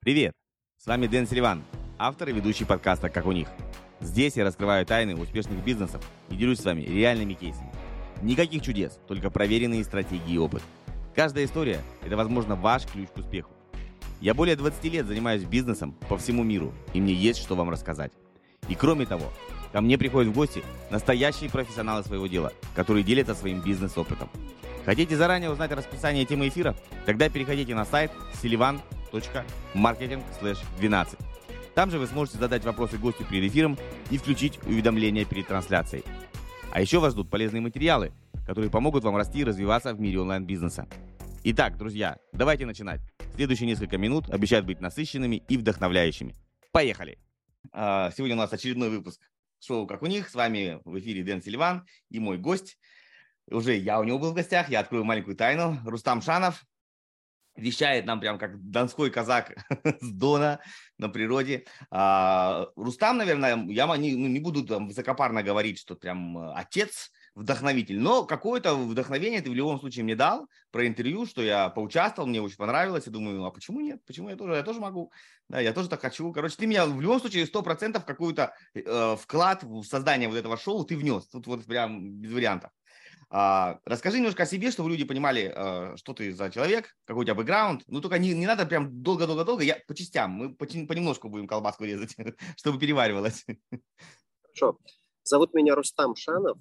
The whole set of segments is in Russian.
Привет! С вами Дэн Селиван, автор и ведущий подкаста «Как у них». Здесь я раскрываю тайны успешных бизнесов и делюсь с вами реальными кейсами. Никаких чудес, только проверенные стратегии и опыт. Каждая история – это, возможно, ваш ключ к успеху. Я более 20 лет занимаюсь бизнесом по всему миру, и мне есть что вам рассказать. И кроме того, ко мне приходят в гости настоящие профессионалы своего дела, которые делятся своим бизнес-опытом. Хотите заранее узнать расписание темы эфира? Тогда переходите на сайт silivan.marketing/12. Там же вы сможете задать вопросы гостю перед эфиром и включить уведомления перед трансляцией. А еще вас ждут полезные материалы, которые помогут вам расти и развиваться в мире онлайн-бизнеса. Итак, друзья, давайте начинать. Следующие несколько минут обещают быть насыщенными и вдохновляющими. Поехали! Сегодня у нас очередной выпуск шоу «Как у них». С вами в эфире Дэн Селиван и мой гость. Уже я у него был в гостях, я открою маленькую тайну. Рустам Шанов вещает нам прям как донской казак с Дона на природе. Рустам, наверное, я не буду там высокопарно говорить, что прям отец, вдохновитель, но какое-то вдохновение ты в любом случае мне дал про интервью, что я поучаствовал, мне очень понравилось, и думаю, а почему нет, почему я тоже могу, да, я тоже так хочу. Короче, ты меня в любом случае 100% какой-то вклад в создание вот этого шоу ты внес, тут вот прям без вариантов. Расскажи немножко о себе, чтобы люди понимали, что ты за человек, какой у тебя бэкграунд. Ну, только не надо прям долго-долго-долго, я по частям, мы понемножку будем колбаску резать, чтобы переваривалось. Хорошо. Зовут меня Рустам Шанов.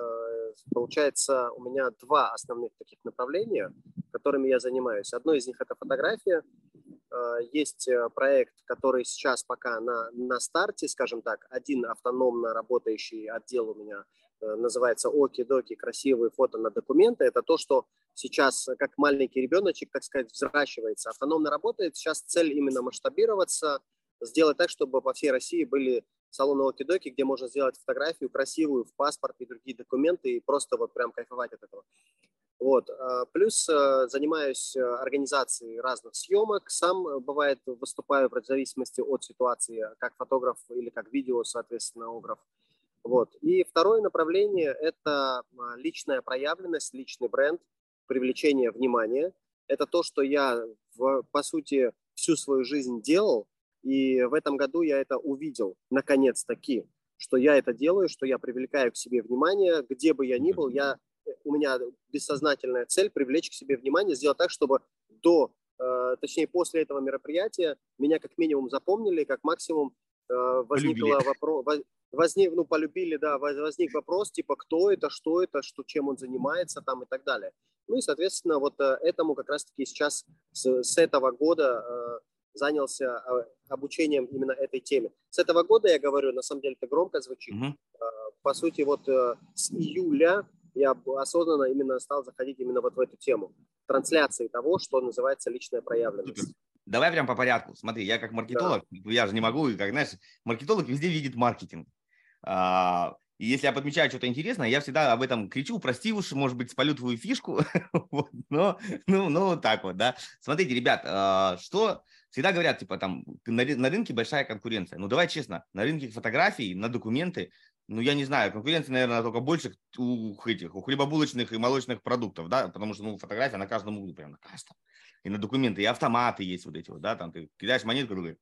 Получается, у меня два основных таких направления, которыми я занимаюсь. Одно из них – это фотография. Есть проект, который сейчас пока на старте, скажем так, один автономно работающий отдел у меня называется «Оки-доки. Красивые фото на документы». Это то, что сейчас как маленький ребеночек, так сказать, взращивается. Автономно работает. Сейчас цель именно масштабироваться, сделать так, чтобы по всей России были салоны Оки-доки, где можно сделать фотографию красивую в паспорт и другие документы и просто вот прям кайфовать от этого. Вот. Плюс занимаюсь организацией разных съемок. Сам, бывает, выступаю в зависимости от ситуации, как фотограф или как видео, соответственно, ограф. Вот. И второе направление – это личная проявленность, личный бренд, привлечение внимания. Это то, что я, по сути, всю свою жизнь делал. И в этом году я это увидел, наконец-таки, что я это делаю, что я привлекаю к себе внимание, где бы я ни был, у меня бессознательная цель привлечь к себе внимание, сделать так, чтобы точнее после этого мероприятия меня как минимум запомнили, как максимум возник вопрос, типа, кто это, чем он занимается там и так далее. Ну и, соответственно, вот этому как раз-таки сейчас с этого года занялся обучением именно этой теме. С этого года, я говорю, на самом деле это громко звучит. По сути, вот с июля я осознанно именно стал заходить именно вот в эту тему. Трансляции того, что называется личная проявленность. Супер. Давай прям по порядку. Смотри, я как маркетолог, я же не могу, как, знаешь, маркетолог везде видит маркетинг. И если я подмечаю что-то интересное, я всегда об этом кричу, прости уж, может быть, спалю твою фишку, но вот так вот, да. Смотрите, ребят, что всегда говорят, типа, там, на рынке большая конкуренция. Ну, давай честно, на рынке фотографий, на документы, ну, я не знаю, конкуренция, наверное, только больше у хлебобулочных и молочных продуктов, да, потому что, фотография на каждом углу, прям на каждом. И на документы, и автоматы есть вот эти вот, да, там ты кидаешь монетку, другой.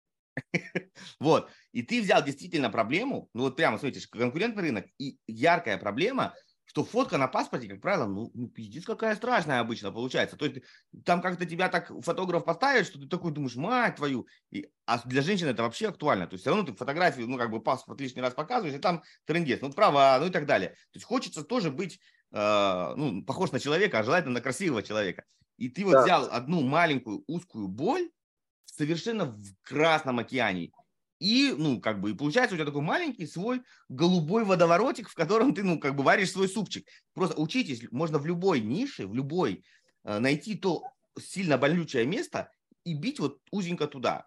Вот, и ты взял действительно проблему, ну вот прямо, смотрите, конкурентный рынок, и яркая проблема, что фотка на паспорте, как правило, пиздец, какая страшная обычно получается. То есть там как-то тебя так фотограф поставит, что ты такой думаешь, мать твою. А для женщин это вообще актуально. То есть все равно ты фотографию, паспорт лишний раз показываешь, и там трындец, права, и так далее. То есть хочется тоже быть, похож на человека, а желательно на красивого человека. И ты вот взял одну маленькую узкую боль, совершенно в Красном океане. И, и получается у тебя такой маленький свой голубой водоворотик, в котором ты, варишь свой супчик. Просто учитесь, можно в любой нише, найти то сильно болючее место и бить вот узенько туда.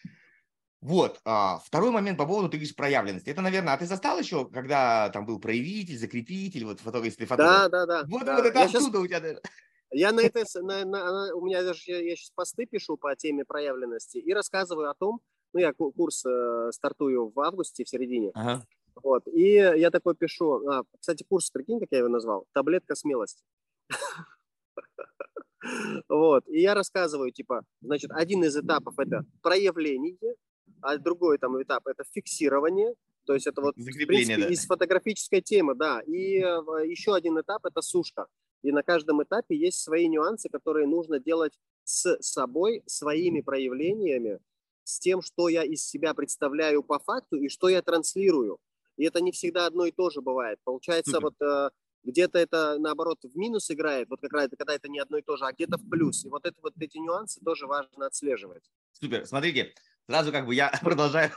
Вот. Второй момент по поводу, ты говоришь, проявленности. Это, наверное, ты застал еще, когда там был проявитель, закрепитель, вот если фотограф? Да. Вот это оттуда у тебя даже. Я у меня даже, я сейчас посты пишу по теме проявленности и рассказываю о том, я курс стартую в августе, в середине. Ага. Вот, и я такой пишу, кстати, курс, прикинь, как я его назвал, таблетка смелости. Вот. И я рассказываю, типа, значит, один из этапов – это проявление, а другой там этап – это фиксирование. То есть это вот, в Закрепление, принципе, да. из фотографической темы, да. И еще один этап – это сушка. И на каждом этапе есть свои нюансы, которые нужно делать с собой, своими проявлениями, с тем, что я из себя представляю по факту и что я транслирую. И это не всегда одно и то же бывает. Получается, Супер. вот где-то это, наоборот, в минус играет, вот как раз когда это не одно и то же, а где-то в плюс. И вот эти нюансы тоже важно отслеживать. Супер. Смотрите, сразу как бы я продолжаю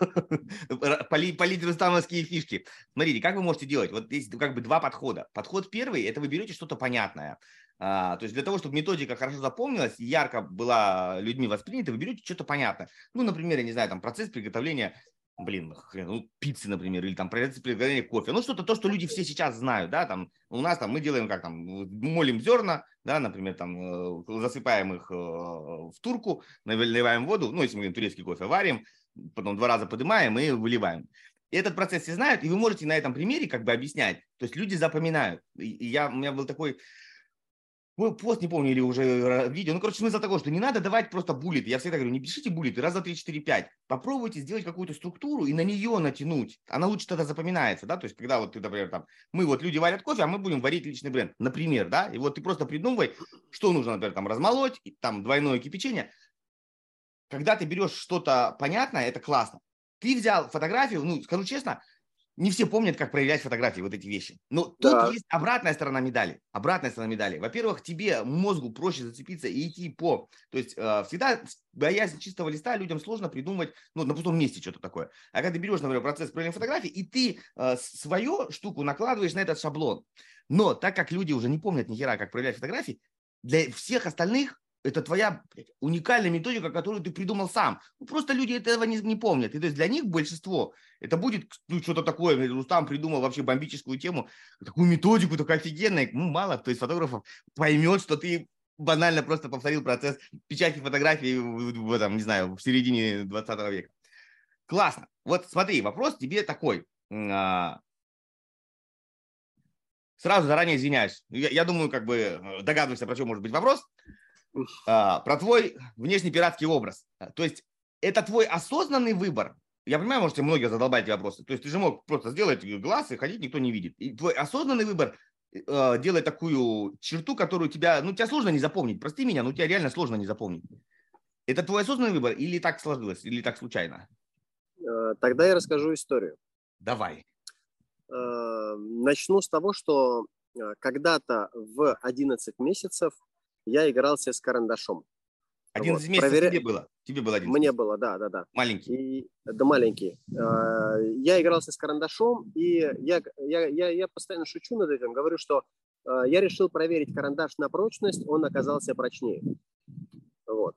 полить рустамовские фишки. Смотрите, как вы можете делать? Вот здесь как бы два подхода. Подход первый – это вы берете что-то понятное. То есть для того, чтобы методика хорошо запомнилась и ярко была людьми воспринята, вы берете что-то понятное. Ну, например, я не знаю, там процесс приготовления пиццы, например, или там процесс приготовления кофе. Ну, что-то то, что люди все сейчас знают, да, там у нас там мы делаем как там, молим зерна, да, например, там засыпаем их в турку, наливаем воду, ну, если мы говорим турецкий кофе, варим, потом 2 раза поднимаем и выливаем. И этот процесс все знают, и вы можете на этом примере как бы объяснять. То есть люди запоминают. У меня был такой пост, не помню, или уже видео. Ну, короче, смысл такой, что не надо давать просто буллеты. Я всегда говорю, не пишите буллеты, раз, два, три, четыре, пять. Попробуйте сделать какую-то структуру и на нее натянуть. Она лучше тогда запоминается, да, то есть, когда вот ты, например, там, мы вот люди варят кофе, а мы будем варить личный бренд, например, да, и вот ты просто придумывай, что нужно, например, там, размолоть, там, двойное кипячение. Когда ты берешь что-то понятное, это классно. Ты взял фотографию, ну, скажу честно, не все помнят, как проявлять фотографии, вот эти вещи. Но тут Да. есть обратная сторона медали. Обратная сторона медали. Во-первых, тебе, мозгу, проще зацепиться и идти по... То есть всегда, боясь чистого листа, людям сложно придумать, ну, на пустом месте что-то такое. А когда ты берешь, например, процесс проявления фотографий, и ты свою штуку накладываешь на этот шаблон. Но так как люди уже не помнят ни хера, как проявлять фотографии, для всех остальных это твоя уникальная методика, которую ты придумал сам. Ну, просто люди этого не помнят. И то есть для них большинство это будет что-то такое. Рустам придумал вообще бомбическую тему, такую методику, такая офигенная. Ну, мало кто из фотографов поймет, что ты банально просто повторил процесс печати фотографий в этом, не знаю, в середине 20 века. Классно. Вот смотри, вопрос тебе такой. Сразу заранее извиняюсь. Я думаю, как бы догадываешься, про что может быть вопрос. Про твой внешний пиратский образ. То есть это твой осознанный выбор. Я понимаю, можете многие задолбать эти вопросы. То есть ты же мог просто сделать глаз и ходить, никто не видит. И твой осознанный выбор делает такую черту, которую тебя сложно не запомнить. Прости меня, но тебя реально сложно не запомнить. Это твой осознанный выбор или так сложилось, или так случайно? Тогда я расскажу историю. Давай. Начну с того, что когда-то в 11 месяцев я игрался с карандашом. 11 месяцев тебе было? Тебе было 11 Мне месяцев? было, да. Маленький? Да, маленький. Я игрался с карандашом, и я постоянно шучу над этим, говорю, что я решил проверить карандаш на прочность, он оказался прочнее. Вот.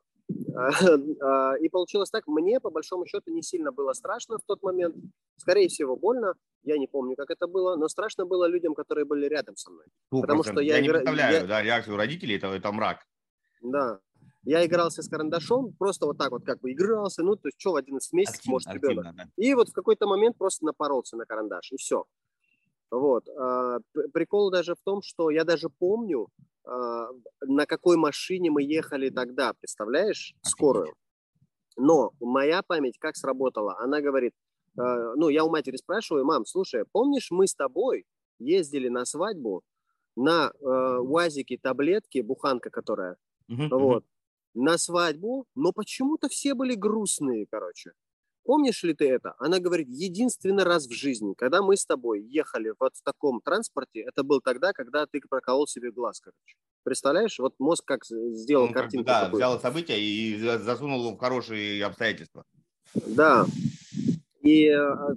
И получилось так, мне по большому счету не сильно было страшно в тот момент, скорее всего больно, я не помню, как это было, но страшно было людям, которые были рядом со мной. 100%. Потому что я не представляю, да, реакцию родителей, это мрак. Да, я игрался с карандашом, просто вот так вот как бы игрался, ну, то есть что в 11 месяцев может ребенок. Да. И вот в какой-то момент просто напоролся на карандаш, и все. Вот. Прикол даже в том, что я даже помню, на какой машине мы ехали тогда, представляешь, скорую. Но моя память как сработала? Она говорит, я у матери спрашиваю, мам, слушай, помнишь, мы с тобой ездили на свадьбу на УАЗике таблетки, буханка которая, вот, на свадьбу, но почему-то все были грустные, короче. Помнишь ли ты это? Она говорит, единственный раз в жизни, когда мы с тобой ехали вот в таком транспорте, это был тогда, когда ты проколол себе глаз, короче. Представляешь? Вот мозг как сделал картинку как бы, такую. взял события и засунул его в хорошие обстоятельства. Да. И,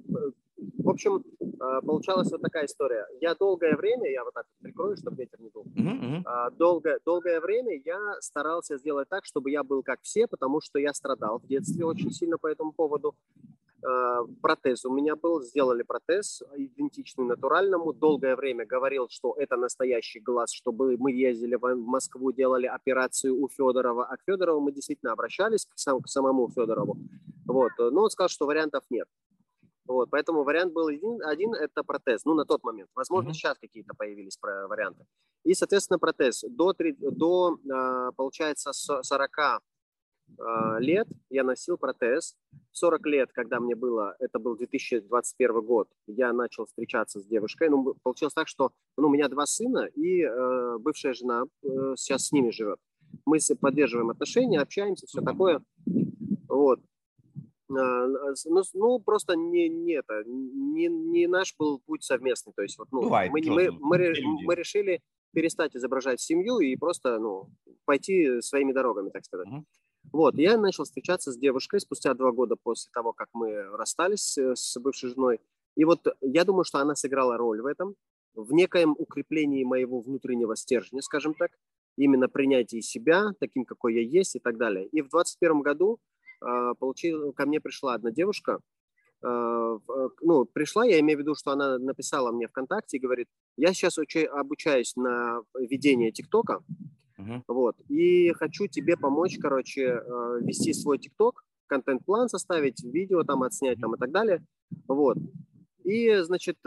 в общем, получалась вот такая история. Я долгое время, я вот так прикрою, чтобы ветер не дул, долгое время я старался сделать так, чтобы я был как все, потому что я страдал в детстве очень сильно по этому поводу. Протез у меня был, сделали протез идентичный натуральному. Долгое время говорил, что это настоящий глаз, чтобы мы ездили в Москву, делали операцию у Федорова. А к Федорову мы действительно обращались, к самому Федорову. Вот. Но он сказал, что вариантов нет. Вот, поэтому вариант был один – это протез, ну, на тот момент. Возможно, сейчас какие-то появились варианты. И, соответственно, протез. Получается, 40 лет я носил протез. 40 лет, когда мне было, это был 2021 год, я начал встречаться с девушкой. Ну, получилось так, что у меня 2 сына, и бывшая жена сейчас с ними живет. Мы поддерживаем отношения, общаемся, все такое. Вот. Ну, просто не наш был путь совместный. То есть, вот, Бывает. мы решили перестать изображать семью и просто, пойти своими дорогами, так сказать. Вот, я начал встречаться с девушкой спустя 2 года после того, как мы расстались с бывшей женой. И вот я думаю, что она сыграла роль в этом, в некоем укреплении моего внутреннего стержня, скажем так, именно принятии себя, таким, какой я есть и так далее. И в 2021 году ко мне пришла одна девушка, пришла, я имею в виду, что она написала мне ВКонтакте и говорит, я сейчас обучаюсь на ведение ТикТока, вот, и хочу тебе помочь, вести свой ТикТок, контент-план составить, видео там отснять там и так далее, вот. И, значит,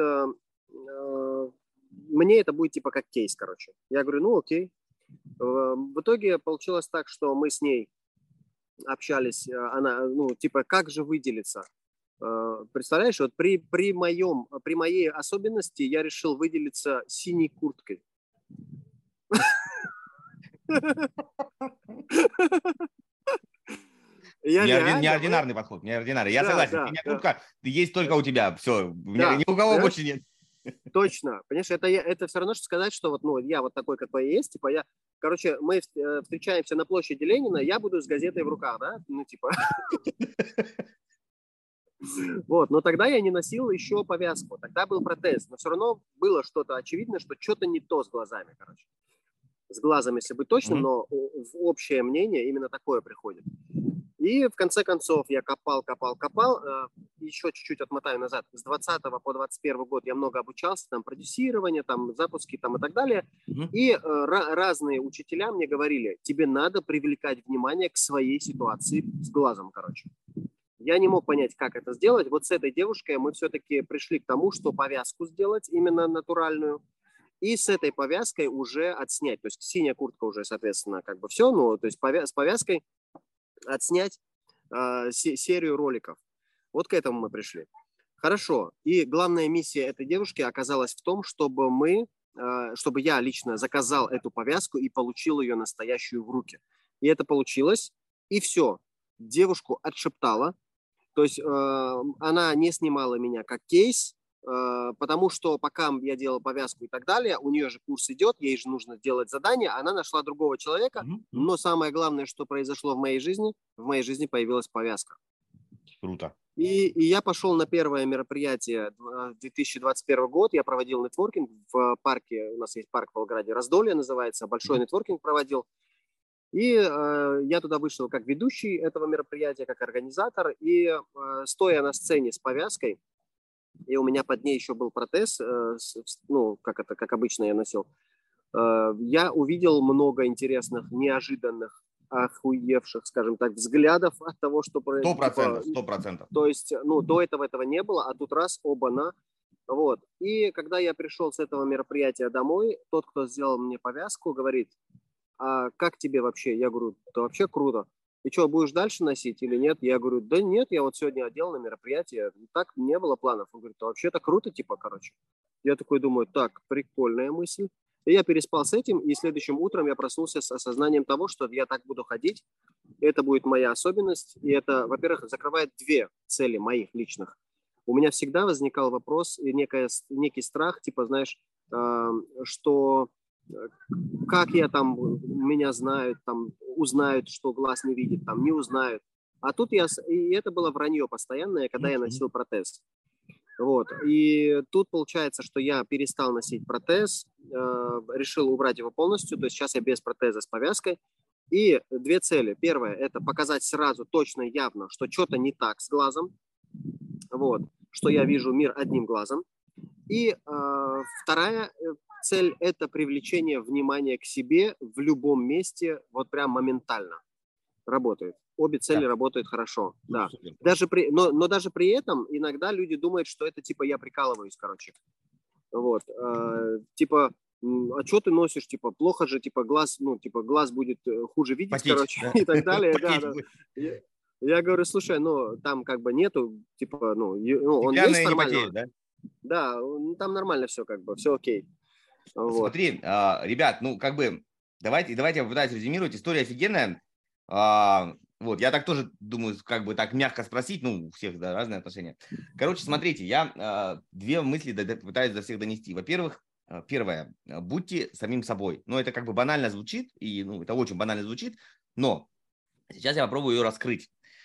мне это будет типа как кейс, Я говорю, окей. В итоге получилось так, что мы с ней общались, она, как же выделиться? Представляешь, вот при моей особенности я решил выделиться синей курткой. Неординарный подход, неординарный. Я согласен, синяя куртка есть только у тебя, все, ни у кого больше нет. Точно, понимаешь, это все равно, что сказать, что я вот такой, какой я есть, мы встречаемся на площади Ленина, я буду с газетой в руках, да, Вот, но тогда я не носил еще повязку, тогда был протез, но все равно было что-то очевидно, что что-то не то с глазами, С глазом, если быть точным, но в общее мнение именно такое приходит. И в конце концов я копал, еще чуть-чуть отмотаю назад, с 20 по 21 год я много обучался, там, продюсирование, там, запуски, там, и так далее. И разные учителя мне говорили, тебе надо привлекать внимание к своей ситуации с глазом, Я не мог понять, как это сделать. Вот с этой девушкой мы все-таки пришли к тому, что повязку сделать, именно натуральную, и с этой повязкой уже отснять. То есть синяя куртка уже, соответственно, все, то есть с повязкой отснять серию роликов. Вот к этому мы пришли. Хорошо. И главная миссия этой девушки оказалась в том, чтобы я лично заказал эту повязку и получил ее настоящую в руки. И это получилось. И все. Девушку отшептала. То есть она не снимала меня как кейс, потому что пока я делал повязку и так далее, у нее же курс идет, ей же нужно делать задание, она нашла другого человека, но самое главное, что произошло в моей жизни появилась повязка. Круто. И я пошел на первое мероприятие 2021 год, я проводил нетворкинг в парке, у нас есть парк в Волгограде, Раздолье называется, большой нетворкинг проводил. И я туда вышел как ведущий этого мероприятия, как организатор, и стоя на сцене с повязкой, и у меня под ней еще был протез, как обычно я носил, я увидел много интересных, неожиданных, охуевших, скажем так, взглядов от того, что... 100%. То есть, до этого не было, а тут раз, оба-на. Вот. И когда я пришел с этого мероприятия домой, тот, кто сделал мне повязку, говорит, а как тебе вообще? Я говорю, это вообще круто. И что, будешь дальше носить или нет? Я говорю, да нет, я вот сегодня одел на мероприятие. Так не было планов. Он говорит, вообще-то круто, Я такой думаю, так, прикольная мысль. И я переспал с этим, и следующим утром я проснулся с осознанием того, что я так буду ходить. Это будет моя особенность. И это, во-первых, закрывает 2 цели моих личных. У меня всегда возникал вопрос и некий страх, что как я там, меня знают, там, узнают, что глаз не видит, там, не узнают. А тут и это было вранье постоянное, когда я носил протез. Вот. И тут получается, что я перестал носить протез, решил убрать его полностью, то есть сейчас я без протеза с повязкой. И 2 цели. Первая – это показать сразу, точно, явно, что что-то не так с глазом, вот, что я вижу мир одним глазом. И вторая цель – это привлечение внимания к себе в любом месте, вот прям моментально работает. обе цели Да. работают хорошо. Ну, Да. супер. Но даже при этом иногда люди думают, что это типа я прикалываюсь, короче. Вот. Типа, а что ты носишь? Типа, плохо же, типа, глаз, ну, типа, глаз будет хуже видеть, Потеть, короче, да. и так далее. Да, Потеть да. будет. Я говорю, слушай, ну, там как бы нету, типа, он есть Стеклянные не нормально. потеют, да? Да, там нормально все, как бы, все окей. Вот. Смотри, ребят, ну, как бы, давайте я попытаюсь резюмировать. История офигенная. Вот, я так тоже думаю, как бы так мягко спросить, ну, у всех, да, разные отношения. Короче, смотрите, я две мысли пытаюсь до всех донести. Во-первых, первое, будьте самим собой. Ну, это как бы банально звучит, и, ну, это очень банально звучит, но сейчас я попробую ее раскрыть.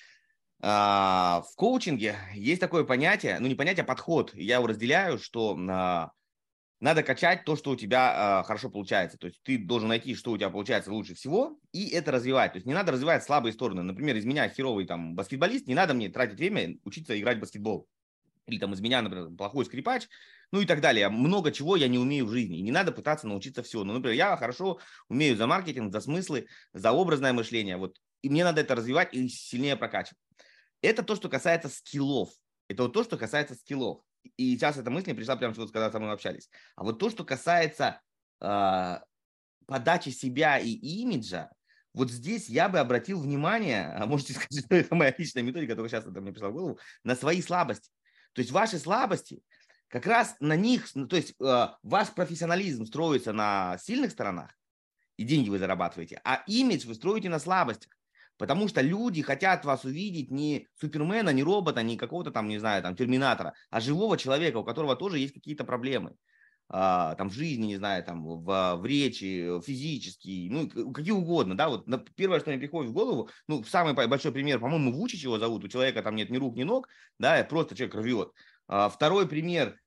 В коучинге есть такое понятие, ну, не понятие, а подход. Я его разделяю, что надо качать то, что у тебя хорошо получается. То есть ты должен найти, что у тебя получается лучше всего, и это развивать. То есть не надо развивать слабые стороны. Например, из меня херовый там баскетболист, не надо мне тратить время учиться играть в баскетбол. Или там из меня, например, плохой скрипач, ну и так далее. Много чего я не умею в жизни. И не надо пытаться научиться все. Ну, например, я хорошо умею за маркетинг, за смыслы, за образное мышление. Вот. И мне надо это развивать и сильнее прокачивать. Это то, что касается скиллов. Это вот то, что касается скиллов. И сейчас эта мысль мне пришла прямо, когда со мной общались. А вот то, что касается подачи себя и имиджа, вот здесь я бы обратил внимание, а можете сказать, что это моя личная методика, только сейчас это мне пришла в голову, на свои слабости. То есть ваши слабости, как раз на них, то есть ваш профессионализм строится на сильных сторонах, и деньги вы зарабатываете, а имидж вы строите на слабостях. Потому что люди хотят вас увидеть не супермена, не робота, не какого-то там, не знаю, там, терминатора, а живого человека, у которого тоже есть какие-то проблемы. Там в жизни, не знаю, там в речи, физически, ну, какие угодно, да, вот первое, что мне приходит в голову, ну, самый большой пример, по-моему, Вучич его зовут, у человека там нет ни рук, ни ног, да, просто человек рвет. Второй пример,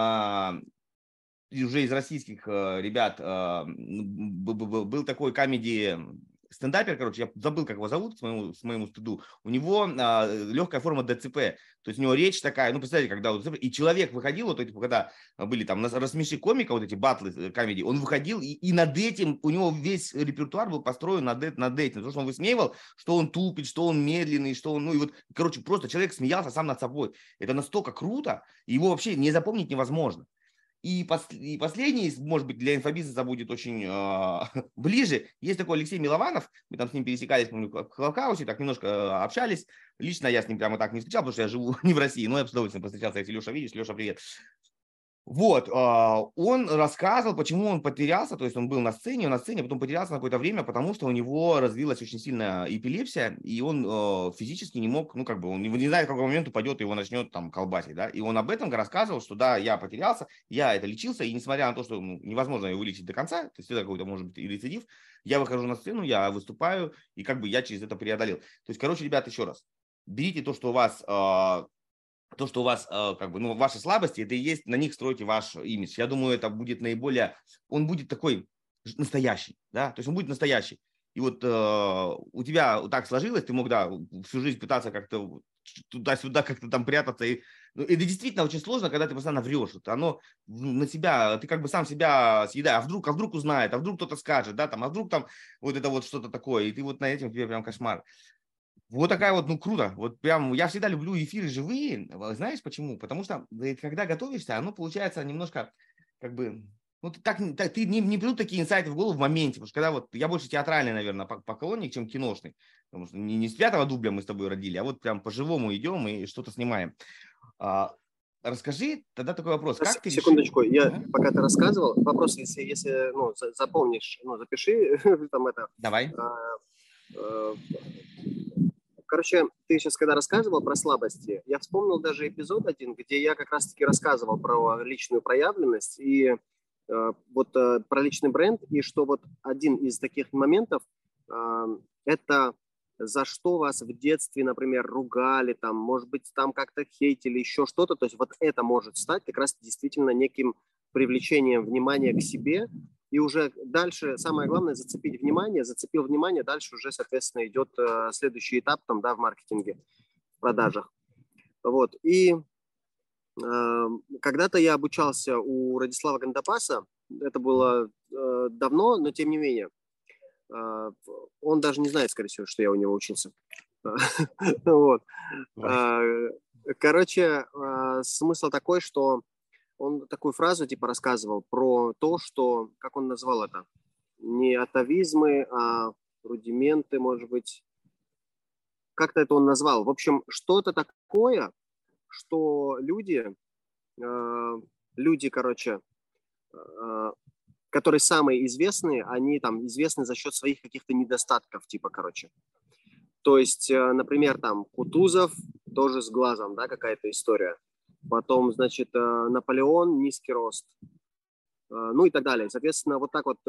уже из российских ребят был такой комеди стендапер, короче, я забыл, как его зовут, с моему стыду. У него легкая форма ДЦП, то есть у него речь такая, ну, представляете, когда вот, и человек выходил, вот эти, когда были там рассмеши комика, вот эти батлы комедии, он выходил, и над этим у него весь репертуар был построен над этим, потому что он высмеивал, что он тупит, что он медленный, что он, ну, и вот, короче, просто человек смеялся сам над собой. Это настолько круто, его вообще не запомнить невозможно. И последний, может быть, для инфобизнеса будет очень ближе. Есть такой Алексей Милованов, мы там с ним пересекались, помню, в Клабхаусе, так немножко общались. Лично я с ним прямо так не встречал, потому что я живу не в России, но я с удовольствием повстречался, если Леша видишь. Леша, привет. Вот, он рассказывал, почему он потерялся, то есть он был на сцене, потом потерялся на какое-то время, потому что у него развилась очень сильная эпилепсия, и он физически не мог, ну, как бы, он не знает, в какой момент упадет, и его начнет там колбасить, да, и он об этом рассказывал, что да, я потерялся, я это лечился, и несмотря на то, что невозможно его вылечить до конца, то есть всегда какой-то может быть и рецидив, я выхожу на сцену, я выступаю, и как бы я через это преодолел. То есть, короче, ребят, еще раз, берите то, что у вас как бы, ну, ваши слабости, это и есть, на них стройте ваш имидж. Я думаю, это будет наиболее, он будет такой настоящий, да, то есть он будет настоящий. И вот у тебя так сложилось, ты мог, да, всю жизнь пытаться как-то туда-сюда как-то там прятаться. И это действительно очень сложно, когда ты постоянно врешь. Вот оно на себя, ты как бы сам себя съедаешь. А вдруг узнает, а вдруг кто-то скажет, да, там, а вдруг там вот это вот что-то такое. И ты вот на этом тебе прям кошмар. Вот такая вот, ну, круто. Вот прям я всегда люблю эфиры живые. Знаешь почему? Потому что когда готовишься, оно получается немножко как бы... Ну, ты не придут такие инсайты в голову в моменте. Потому что когда вот... Я больше театральный, наверное, поклонник, чем киношный. Потому что не с 5-го дубля мы с тобой родили, а вот прям по-живому идем и что-то снимаем. Расскажи тогда такой вопрос. Как ты Секундочку, решил... пока ты рассказывал, вопрос, если ну, запомнишь, ну, запиши там это... Давай. Короче, ты сейчас, когда рассказывал про слабости, я вспомнил даже эпизод один, где я как раз-таки рассказывал про личную проявленность и вот про личный бренд, и что вот один из таких моментов это за что вас в детстве, например, ругали, там, может быть, там как-то хейтили, еще что-то, то есть вот это может стать как раз действительно неким привлечением внимания к себе. И уже дальше, самое главное, зацепить внимание. Зацепил внимание, дальше уже, соответственно, идет следующий этап там, да, в маркетинге, в продажах. Вот. И когда-то я обучался у Радислава Гандапаса. Это было давно, но тем не менее. Он даже не знает, скорее всего, что я у него учился. Вот. Короче, смысл такой, что он такую фразу типа рассказывал про то, что, как он назвал это, не атовизмы, а рудименты, может быть, как-то это он назвал. В общем, что-то такое, что люди, короче, которые самые известные, они там известны за счет своих каких-то недостатков, типа, короче. То есть, например, там Кутузов тоже с глазом, да, какая-то история. Потом, значит, Наполеон, низкий рост. Ну и так далее. Соответственно, вот так вот...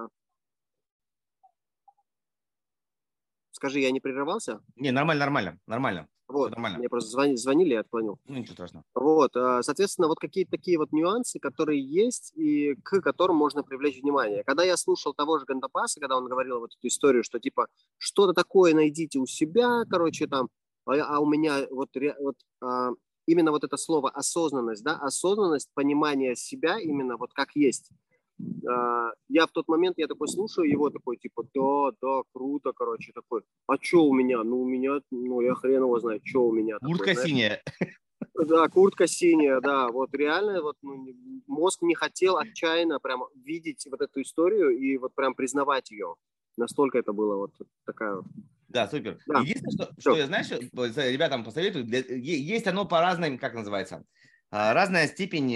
Скажи, я не прерывался? Не, нормально. Все Вот, нормально. мне просто звонили, я отклонил. Ну, ничего страшного. Вот, соответственно, вот какие-то такие вот нюансы, которые есть и к которым можно привлечь внимание. Когда я слушал того же Гандапаса, когда он говорил вот эту историю, что типа что-то такое найдите у себя, короче, там, у меня именно вот это слово осознанность, да, осознанность, понимание себя именно вот как есть. Я в тот момент, я такой слушаю его, такой, типа, да, круто, короче, такой, а что у меня? Ну, у меня, я хрен его знает, что у меня. Куртка такой, синяя. Да, куртка синяя, да, вот реально, вот мозг не хотел отчаянно прям видеть вот эту историю и вот прям признавать ее. Настолько это было вот такая вот. Да, супер. Да. Единственное, что я, знаешь, ребятам посоветую, есть оно по разным, как называется, разная степень,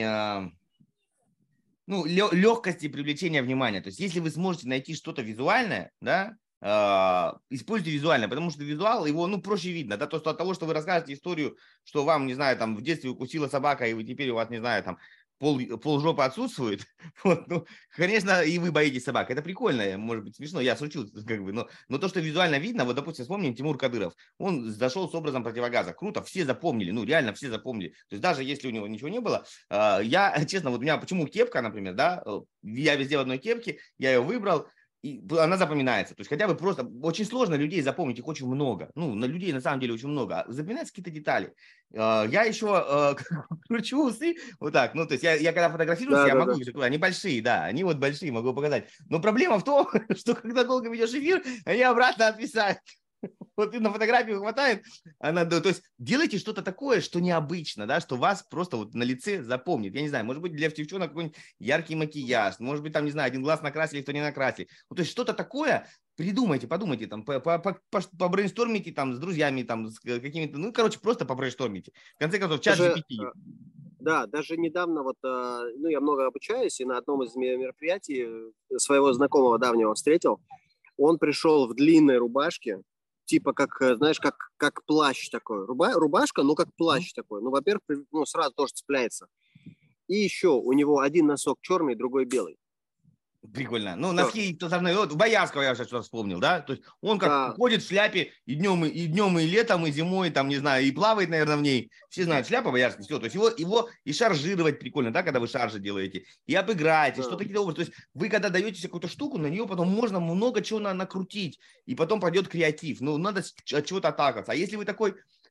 легкости привлечения внимания. То есть, если вы сможете найти что-то визуальное, да, используйте визуально, потому что визуал, его, проще видно, да, то, что от того, что вы расскажете историю, что вам, не знаю, там, в детстве укусила собака, и вы теперь у вас, не знаю, там, полжопы отсутствует, вот, конечно, и вы боитесь собак, это прикольно, может быть, смешно, я шучу, как бы, но то, что визуально видно, вот, допустим, вспомним Тимур Кадыров, он зашел с образом противогаза, круто, все запомнили, реально все запомнили, то есть даже если у него ничего не было, я, честно, вот у меня, почему кепка, например, да, я везде в одной кепке, я ее выбрал, и она запоминается. То есть хотя бы просто очень сложно людей запомнить, их очень много. На людей на самом деле очень много. Запоминаются какие-то детали. Я еще кручу усы вот так. То есть я когда фотографируюсь, я могу, они большие, да, они вот большие, могу показать. Но проблема в том, что когда долго ведешь эфир, они обратно отвисают. Вот и на фотографию хватает, то есть делайте что-то такое, что необычно, да, что вас просто вот на лице запомнит. Я не знаю, может быть, для девчонок какой-нибудь яркий макияж, может быть, там, не знаю, один глаз накрасили, кто не накрасили. То есть что-то такое придумайте, подумайте, там, побрейнстормите там с друзьями, там, с какими-то, просто побрейнстормите. В конце концов, чат GPT. Да, даже недавно вот, я много обучаюсь, и на одном из мероприятий своего знакомого давнего встретил. Он пришел в длинной рубашке, типа как, знаешь, как плащ такой. Рубашка, как плащ такой. Во-первых, сразу тоже цепляется. И еще у него один носок черный, другой белый. Прикольно. Носки, кто со мной, вот Боярского я сейчас вспомнил, да? То есть он как ходит в шляпе и днем, и летом, и зимой, там, не знаю, и плавает, наверное, в ней. Все знают, шляпа Боярский, все. То есть его и шаржировать прикольно, да, когда вы шаржи делаете, и обыграть, и что-то какие-то образы. То есть вы, когда даете себе какую-то штуку, на нее потом можно много чего накрутить, и потом пойдет креатив. Надо от чего-то отталкиваться. А если вы такой...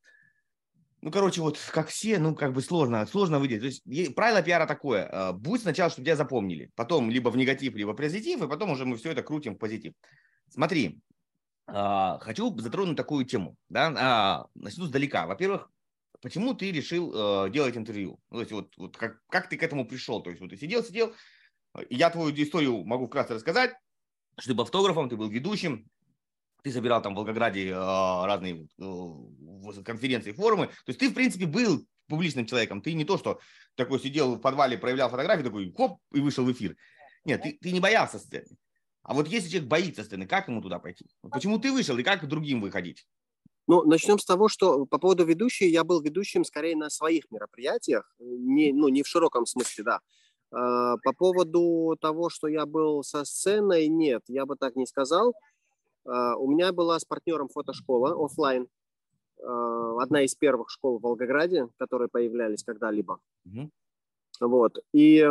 вот как все, сложно выделить. То есть правило пиара такое. Будь сначала, чтобы тебя запомнили. Потом либо в негатив, либо в позитив, и потом уже мы все это крутим в позитив. Смотри, хочу затронуть такую тему. Да? Начну сдалека. Во-первых, почему ты решил делать интервью? То есть вот как ты к этому пришел? То есть вот ты сидел, я твою историю могу вкратце рассказать, что ты был фотографом, ты был ведущим, ты собирал там в Волгограде разные конференции, форумы. То есть ты, в принципе, был публичным человеком. Ты не то, что такой сидел в подвале, проявлял фотографии, такой хоп, и вышел в эфир. Нет, ты не боялся сцены. А вот если человек боится сцены, как ему туда пойти? Почему ты вышел и как к другим выходить? Начнем с того, что по поводу ведущей, я был ведущим скорее на своих мероприятиях, не в широком смысле, да. По поводу того, что я был со сценой, нет, я бы так не сказал. У меня была с партнером фотошкола офлайн, одна из первых школ в Волгограде, которые появлялись когда-либо. Вот. И,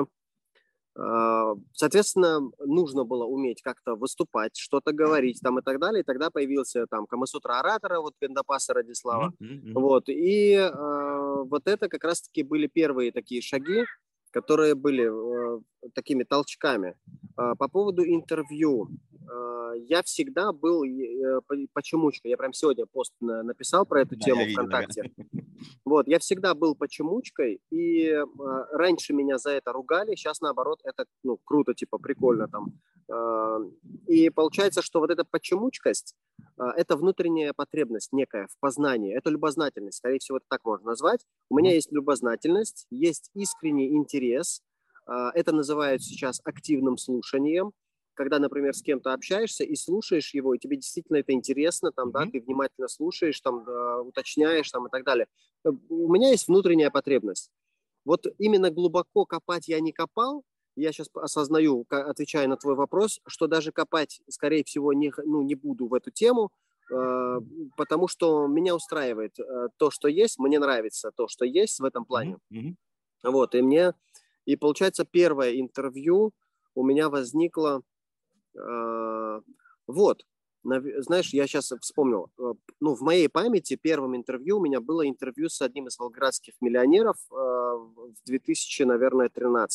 соответственно, нужно было уметь как-то выступать, что-то говорить там и так далее. И тогда появился там Камасутра оратора, вот Гандапаса Радислава. Вот. И вот это как раз-таки были первые такие шаги, которые были такими толчками. По поводу интервью. Я всегда был почемучкой. Я прям сегодня пост написал про эту тему ВКонтакте. Вот, я всегда был почемучкой, и раньше меня за это ругали, сейчас наоборот это круто, типа прикольно там. И получается, что вот эта почемучкость это внутренняя потребность некая в познании, это любознательность, скорее всего, это так можно назвать. У меня есть любознательность, есть искренний интерес, это называют сейчас активным слушанием, когда, например, с кем-то общаешься и слушаешь его, и тебе действительно это интересно, там, да, ты внимательно слушаешь, там, уточняешь, там, и так далее. У меня есть внутренняя потребность. Вот именно глубоко копать я не копал. Я сейчас осознаю, отвечая на твой вопрос, что даже копать, скорее всего, не буду в эту тему, потому что меня устраивает то, что есть, мне нравится то, что есть в этом плане. Вот, и получается, первое интервью у меня возникло, знаешь, я сейчас вспомнил, в моей памяти первым интервью у меня было интервью с одним из волгоградских миллионеров в 2000, наверное,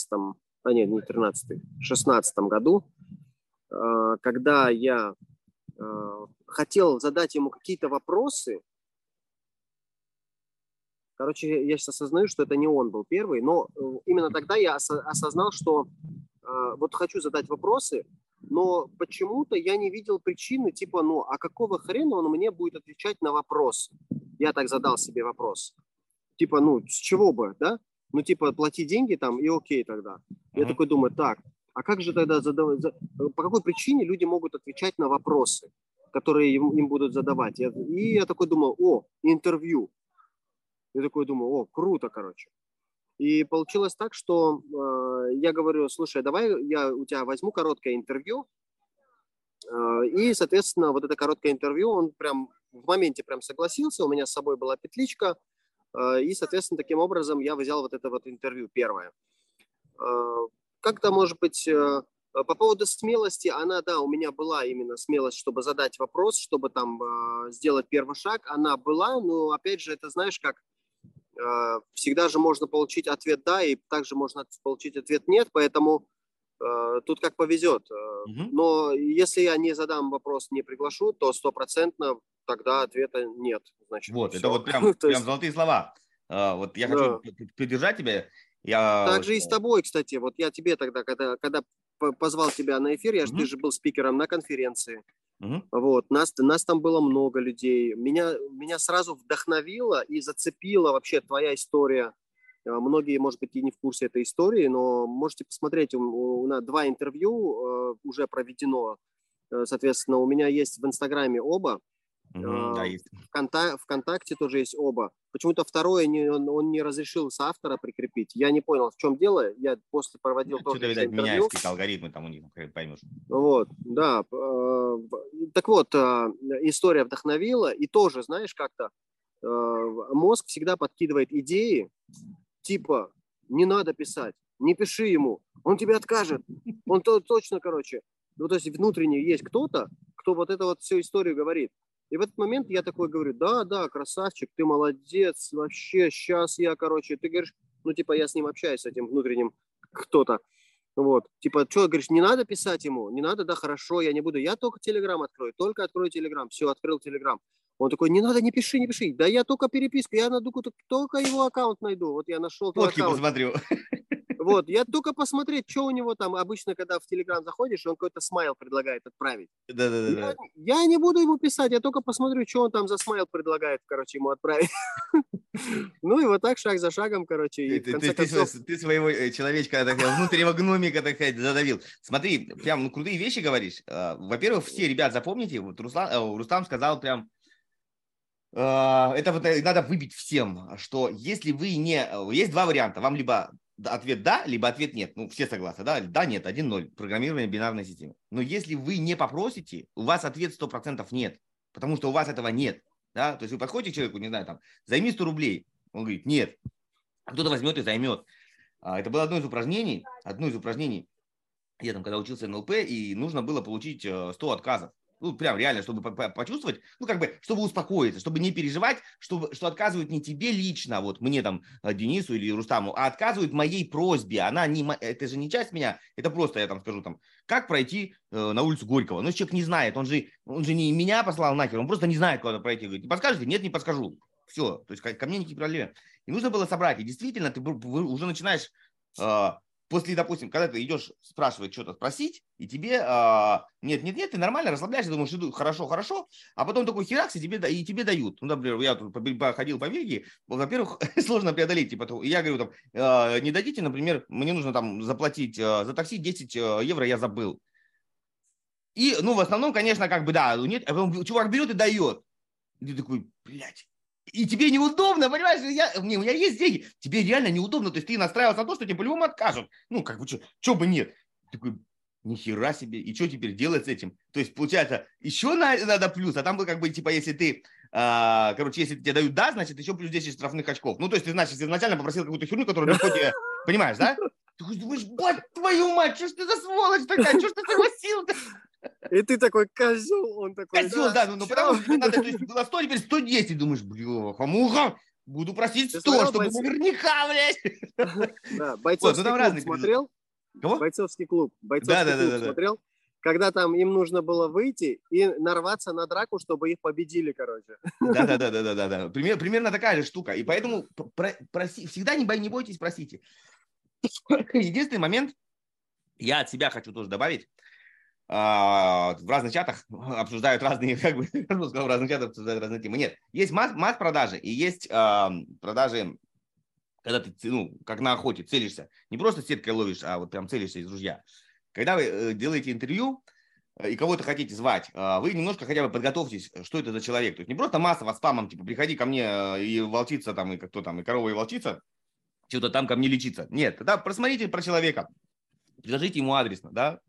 16 году, когда я хотел задать ему какие-то вопросы. Короче, я сейчас осознаю, что это не он был первый, но именно тогда я осознал, что вот хочу задать вопросы, но почему-то я не видел причины, типа, а какого хрена он мне будет отвечать на вопрос? Я так задал себе вопрос. Типа, с чего бы, да? Типа, плати деньги там и окей тогда. Я такой думаю, так, а как же тогда задавать? По какой причине люди могут отвечать на вопросы, которые им будут задавать? И я такой думаю, интервью. Я такой думаю, круто, короче. И получилось так, что я говорю, слушай, давай я у тебя возьму короткое интервью. И, соответственно, вот это короткое интервью, он прям в моменте прям согласился, у меня с собой была петличка, и, соответственно, таким образом я взял вот это вот интервью первое. Как-то, может быть, по поводу смелости, у меня была именно смелость, чтобы задать вопрос, чтобы там сделать первый шаг, она была, но, опять же, это знаешь, как всегда же можно получить ответ «да», и также можно получить ответ «нет», поэтому тут как повезет. Но если я не задам вопрос, не приглашу, то 100% тогда ответа нет. Значит, вот, все. это вот прям золотые слова. Вот я хочу поддержать тебя. Так же и с тобой, кстати. Вот я тебе тогда, когда позвал тебя на эфир, ты же был спикером на конференции. Вот, нас там было много людей. Меня сразу вдохновило и зацепила вообще твоя история. Многие, может быть, и не в курсе этой истории, но можете посмотреть, у нас 2 интервью уже проведено. Соответственно, у меня есть в Инстаграме оба. Да, есть. ВКонтакте тоже есть оба. Почему-то второе он не разрешил с автора прикрепить. Я не понял, в чем дело. Я после проводил тоже что-то, видать, меняют какие-то алгоритмы там у них, поймешь. Вот, да. Так вот, история вдохновила. И тоже, знаешь, как-то мозг всегда подкидывает идеи, типа, не надо писать, не пиши ему, он тебе откажет. Он точно, короче. То есть внутренне есть кто-то, кто вот эту вот всю историю говорит. И в этот момент я такой говорю, да, красавчик, ты молодец, вообще, сейчас я, короче, ты говоришь, я с ним общаюсь, с этим внутренним кто-то. Вот, что, говоришь, не надо писать ему, не надо, да, хорошо, я не буду, я только Телеграм открою, открою Телеграм, все, открыл Телеграм. Он такой, не надо, не пиши, да я только переписку, я найду, только его аккаунт найду, вот я нашел твой аккаунт. Посмотрю. Вот, я только посмотреть, что у него там. Обычно, когда в Телеграм заходишь, он какой-то смайл предлагает отправить. Да. Я не буду ему писать, я только посмотрю, что он там за смайл предлагает, короче, ему отправить. Ну и вот так, шаг за шагом, короче. И в конце концов... Ты своего человечка, внутреннего гномика, так сказать, задавил. Смотри, прям крутые вещи говоришь. Во-первых, все, ребят, запомните, вот Рустам сказал прям, это вот надо выбить всем, что если вы не... Есть 2 варианта. Вам либо ответ «да», либо ответ «нет». Все согласны, да? Да, нет, 1-0. Программирование бинарной системы. Но если вы не попросите, у вас ответ 100% нет. Потому что у вас этого нет. Да? То есть вы подходите к человеку, не знаю, там, займи 100 рублей. Он говорит, нет. А кто-то возьмет и займет. Это было одно из упражнений. Я там, когда учился НЛП, и нужно было получить 100 отказов. Ну, прям реально, чтобы почувствовать, ну, как бы, чтобы успокоиться, чтобы не переживать, что отказывают не тебе лично, вот мне там, Денису или Рустаму, а отказывают моей просьбе. Это же не часть меня, это просто я там скажу там, как пройти на улицу Горького. Ну, человек не знает, он же не меня послал нахер, он просто не знает, куда пройти. Говорит, не подскажете? Нет, не подскажу. Все, то есть ко мне никаких проблем. И нужно было собрать. И действительно, ты уже начинаешь после, допустим, когда ты идешь спрашивать что-то, спросить, и тебе нет, ты нормально расслабляешься, думаешь, иду хорошо, а потом такой херакс, и тебе дают. Ну, например, я тут ходил по Бельгии, во-первых, сложно преодолеть, типа, я говорю, там, не дадите, например, мне нужно там заплатить за такси 10 евро, я забыл. И, ну, в основном, конечно, как бы, да, нет, а потом чувак берет и дает. И ты такой, блядь. И тебе неудобно, понимаешь? У меня есть деньги. Тебе реально неудобно. То есть ты настраивался на то, что тебе по-любому откажут. Ну, как бы, что бы нет. Ты такой, нихера себе. И что теперь делать с этим? То есть, получается, еще надо плюс. А там был как бы, типа, если ты, если тебе дают да, значит, еще плюс 10 штрафных очков. Ну, то есть, ты, значит, изначально попросил какую-то херню, которую легко тебе, понимаешь, да? Ты думаешь, бать твою мать, что ж ты за сволочь такая? Что ж ты согласился? И ты такой козел, он такой, козел, да, ну потому что тебе надо, то есть было 100, теперь 110, думаешь, бляха-муха, буду просить 100, чтобы наверняка, блядь. Да, бойцовский клуб смотрел? Кого? Бойцовский клуб смотрел? Когда там им нужно было выйти и нарваться на драку, чтобы их победили, короче. Да. Примерно такая же штука. И поэтому всегда не бойтесь, просите. Единственный момент, я от себя хочу тоже добавить. В разных чатах обсуждают разные, как бы, в разных чатах обсуждают разные темы. Нет, есть масс-продажи и есть продажи, когда ты, ну, как на охоте, целишься. Не просто сеткой ловишь, а вот прям целишься из ружья. Когда вы делаете интервью и кого-то хотите звать, вы немножко хотя бы подготовьтесь, что это за человек. То есть не просто массово спамом, типа, приходи ко мне и волчица там, и кто там, и корова, и волчица, что-то там ко мне лечиться. Нет, тогда просмотрите про человека, предложите ему адресно, да,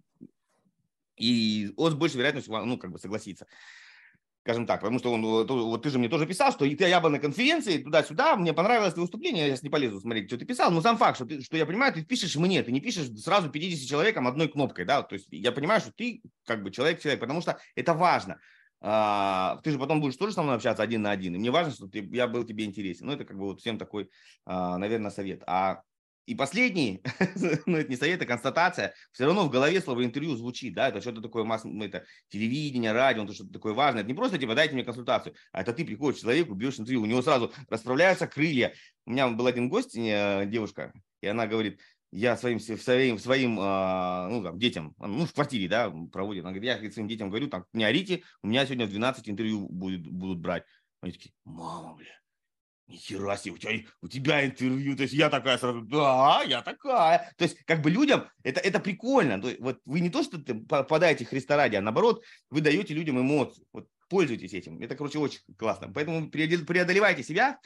и он с большей вероятностью, ну, как бы согласится. Скажем так, потому что вот ты же мне тоже писал, что я был на конференции, туда-сюда, мне понравилось твое выступление, я сейчас не полезу смотреть, что ты писал, но сам факт, что я понимаю, ты пишешь мне, ты не пишешь сразу 50 человекам одной кнопкой, да, то есть я понимаю, что ты как бы человек, потому что это важно. Ты же потом будешь тоже со мной общаться один на один, и мне важно, что я был тебе интересен. Ну, это как бы вот всем такой, наверное, совет. И последний, ну это не совет, а констатация, все равно в голове слово интервью звучит, да, это что-то такое, это телевидение, радио, это что-то такое важное, это не просто типа дайте мне консультацию, а это ты приходишь к человеку, берешь интервью, у него сразу расправляются крылья. У меня был один гость, девушка, и она говорит, я своим ну, там, детям, ну, в квартире, да, проводит, она говорит, я своим детям говорю, там, не орите, у меня сегодня в 12 интервью будут брать. Они такие, мама, бля. Нихера себе, у тебя интервью, то есть я такая сразу, да, я такая. То есть как бы людям это прикольно. То есть, вот вы не то, что попадаете Христа ради, а наоборот, вы даете людям эмоции. Вот пользуйтесь этим. Это, короче, очень классно. Поэтому преодолевайте себя